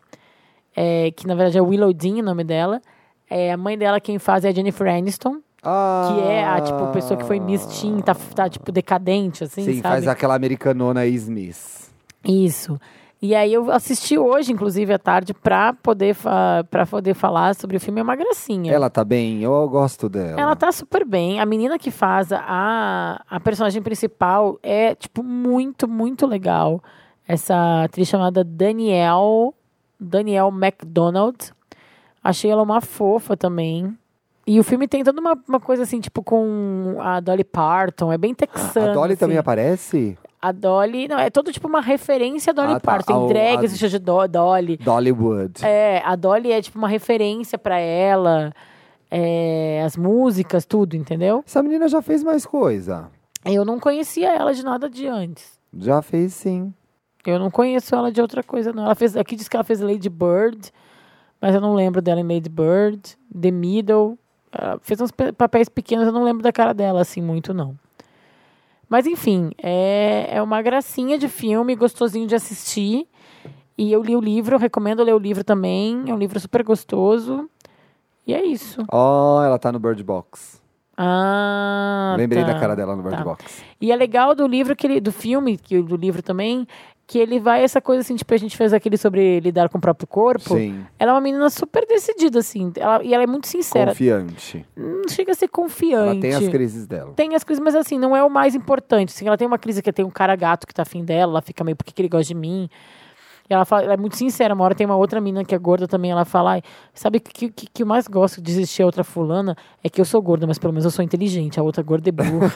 É, que na verdade é Willow Dean o nome dela. É, a mãe dela, quem faz é a Jennifer Aniston, Ah, que é a tipo, pessoa que foi Miss Teen, tá, tá tipo decadente, assim, sim, sabe? faz aquela americanona ex-miss. Isso. E aí eu assisti hoje, inclusive, à tarde, pra poder, fa- pra poder falar sobre o filme. É uma gracinha. Ela tá bem? Eu gosto dela. Ela tá super bem. A menina que faz a, a personagem principal é, tipo, muito, muito legal. Essa atriz chamada Danielle, Danielle MacDonald. Achei ela uma fofa também. E o filme tem toda uma, uma coisa assim, tipo, com a Dolly Parton. É bem texano. A Dolly assim. também aparece? A Dolly... Não, é todo, tipo, uma referência a Dolly Ah, tá. Parton. Tem A- drag, a- existe de Do- Dolly. Dollywood. É, a Dolly é, tipo, uma referência pra ela. É, as músicas, tudo, entendeu? Essa menina já fez mais coisa. Eu não conhecia ela de nada de antes. Já fez, sim. Eu não conheço ela de outra coisa, não. Ela fez, aqui diz que ela fez Lady Bird, mas eu não lembro dela em Lady Bird. The Middle. Ela fez uns pe- papéis pequenos, eu não lembro da cara dela, assim, muito, não. Mas, enfim, é, é uma gracinha de filme, gostosinho de assistir. E eu li o livro, eu recomendo ler o livro também. É um livro super gostoso. E é isso. Ó, oh, ela tá no Bird Box. Ah, Lembrei tá. da cara dela no Bird Tá. Box. E é legal do livro, que ele, do filme, que, do livro também, que ele vai essa coisa assim, tipo, a gente fez aquele sobre lidar com o próprio corpo. Sim. Ela é uma menina super decidida, assim. Ela, e ela é muito sincera. Confiante. Não chega a ser confiante. Ela tem as crises dela. Tem as crises, mas assim, não é o mais importante. Assim, ela tem uma crise que tem um cara gato que tá afim dela, ela fica meio, por que que ele gosta de mim? E ela, fala, ela é muito sincera. Uma hora tem uma outra menina que é gorda também, ela fala, ai, sabe que que, que eu mais gosto de existir a outra fulana é que eu sou gorda, mas pelo menos eu sou inteligente, a outra gorda é burra.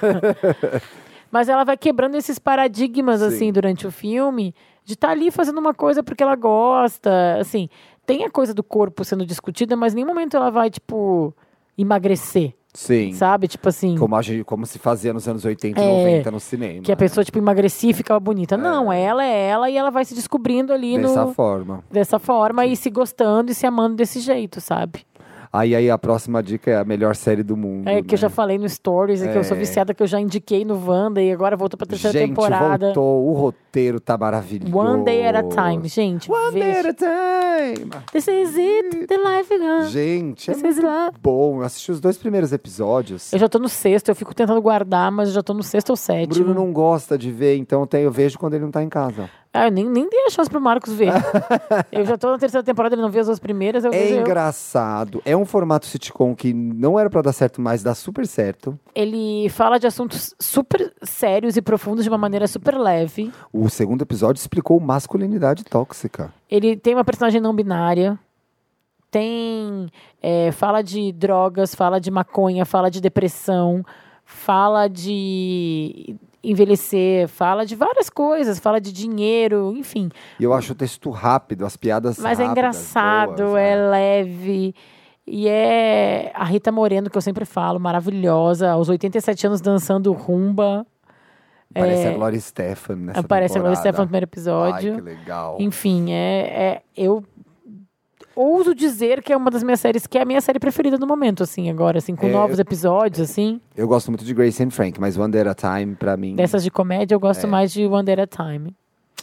Mas ela vai quebrando esses paradigmas, Sim. assim, durante o filme, de estar ali fazendo uma coisa porque ela gosta, assim. Tem a coisa do corpo sendo discutida, mas em nenhum momento ela vai, tipo, emagrecer, Sim. sabe? Tipo assim, Como, a gente- como se fazia nos anos oitenta e É, noventa no cinema. que a pessoa, tipo, emagrecia e ficava bonita. Não, ela é ela e ela vai se descobrindo ali Dessa no... forma. Dessa forma e se gostando e se amando desse jeito, sabe? Aí, aí a próxima dica é a melhor série do mundo. É que né? eu já falei no Stories, é. que eu sou viciada, que eu já indiquei no Wanda e agora voltou pra terceira gente, temporada. voltou, o roteiro tá maravilhoso. One Day at a Time, gente. One veja. Day at a Time. This is it, the life goes. Gente, This é is love. bom. Eu assisti os dois primeiros episódios. Eu já tô no sexto, eu fico tentando guardar, mas eu já tô no sexto ou O sétimo. Bruno não gosta de ver, então tem- eu vejo quando ele não tá em casa. Ah, eu nem, nem dei a chance pro Marcos ver. Eu já tô na terceira temporada, ele não viu as duas primeiras, eu É vejo eu. engraçado. É um formato sitcom que não era pra dar certo, mas dá super certo. Ele fala de assuntos super sérios e profundos de uma maneira super leve. O segundo episódio explicou masculinidade tóxica. Ele tem uma personagem não binária. Tem... é, fala de drogas, fala de maconha, fala de depressão, fala de envelhecer, fala de várias coisas, fala de dinheiro, enfim. E eu acho o texto rápido, as piadas Mas é rápidas, engraçado, boas, é né? leve. E é a Rita Moreno, que eu sempre falo, maravilhosa. Aos oitenta e sete anos dançando rumba. Parece É, a Gloria Stefan nessa Aparece a Gloria temporada. Stefan no primeiro episódio. Ai, que legal. Enfim, é, é, eu ouso dizer que é uma das minhas séries, que é a minha série preferida no momento, assim, agora, assim, com É, novos eu- episódios, assim. Eu gosto muito de Grace and Frank, mas One Day at a Time, pra mim... Dessas de comédia, eu gosto É. mais de One Day at a Time.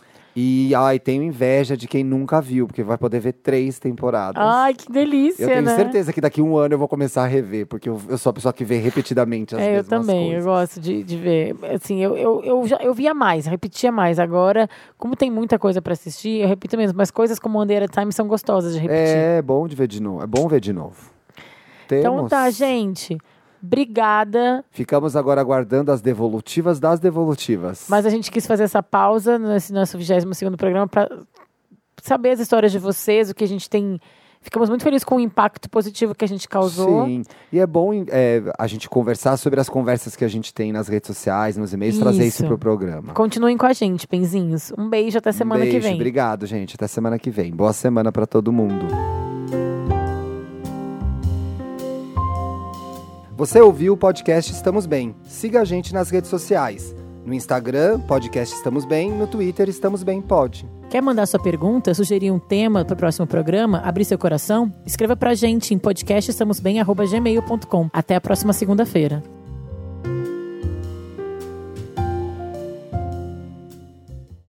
E, ai, tenho inveja de quem nunca viu, porque vai poder ver três temporadas. Ai, que delícia, eu tenho né? certeza que daqui a um ano eu vou começar a rever, porque eu, eu sou a pessoa que vê repetidamente as É, eu mesmas também, coisas. eu gosto de, de ver. Assim, eu, eu, eu, já, eu via mais, repetia mais. Agora, como tem muita coisa pra assistir, eu repito mesmo. Mas coisas como One Day at a Time são gostosas de repetir. É bom de ver de novo. É bom ver de novo. Então Temos. tá, gente. Obrigada. Ficamos agora aguardando as devolutivas das devolutivas. Mas a gente quis fazer essa pausa nesse nosso vigésimo segundo programa para saber as histórias de vocês, o que a gente tem. Ficamos muito felizes com o impacto positivo que a gente causou. Sim, e é bom é, a gente conversar sobre as conversas que a gente tem nas redes sociais, nos e-mails, trazer isso Isso. pro programa. Continuem com a gente, benzinhos. Um beijo até semana um beijo, que vem. Obrigado, gente. Até semana que vem. Boa semana pra todo mundo. Você ouviu o podcast Estamos Bem. Siga a gente nas redes sociais. No Instagram, podcast Estamos Bem. No Twitter, Estamos Bem Pod. Quer mandar sua pergunta, sugerir um tema para o próximo programa, abrir seu coração? Escreva pra gente em podcast estamos bem arroba gmail ponto com. Até a próxima segunda-feira.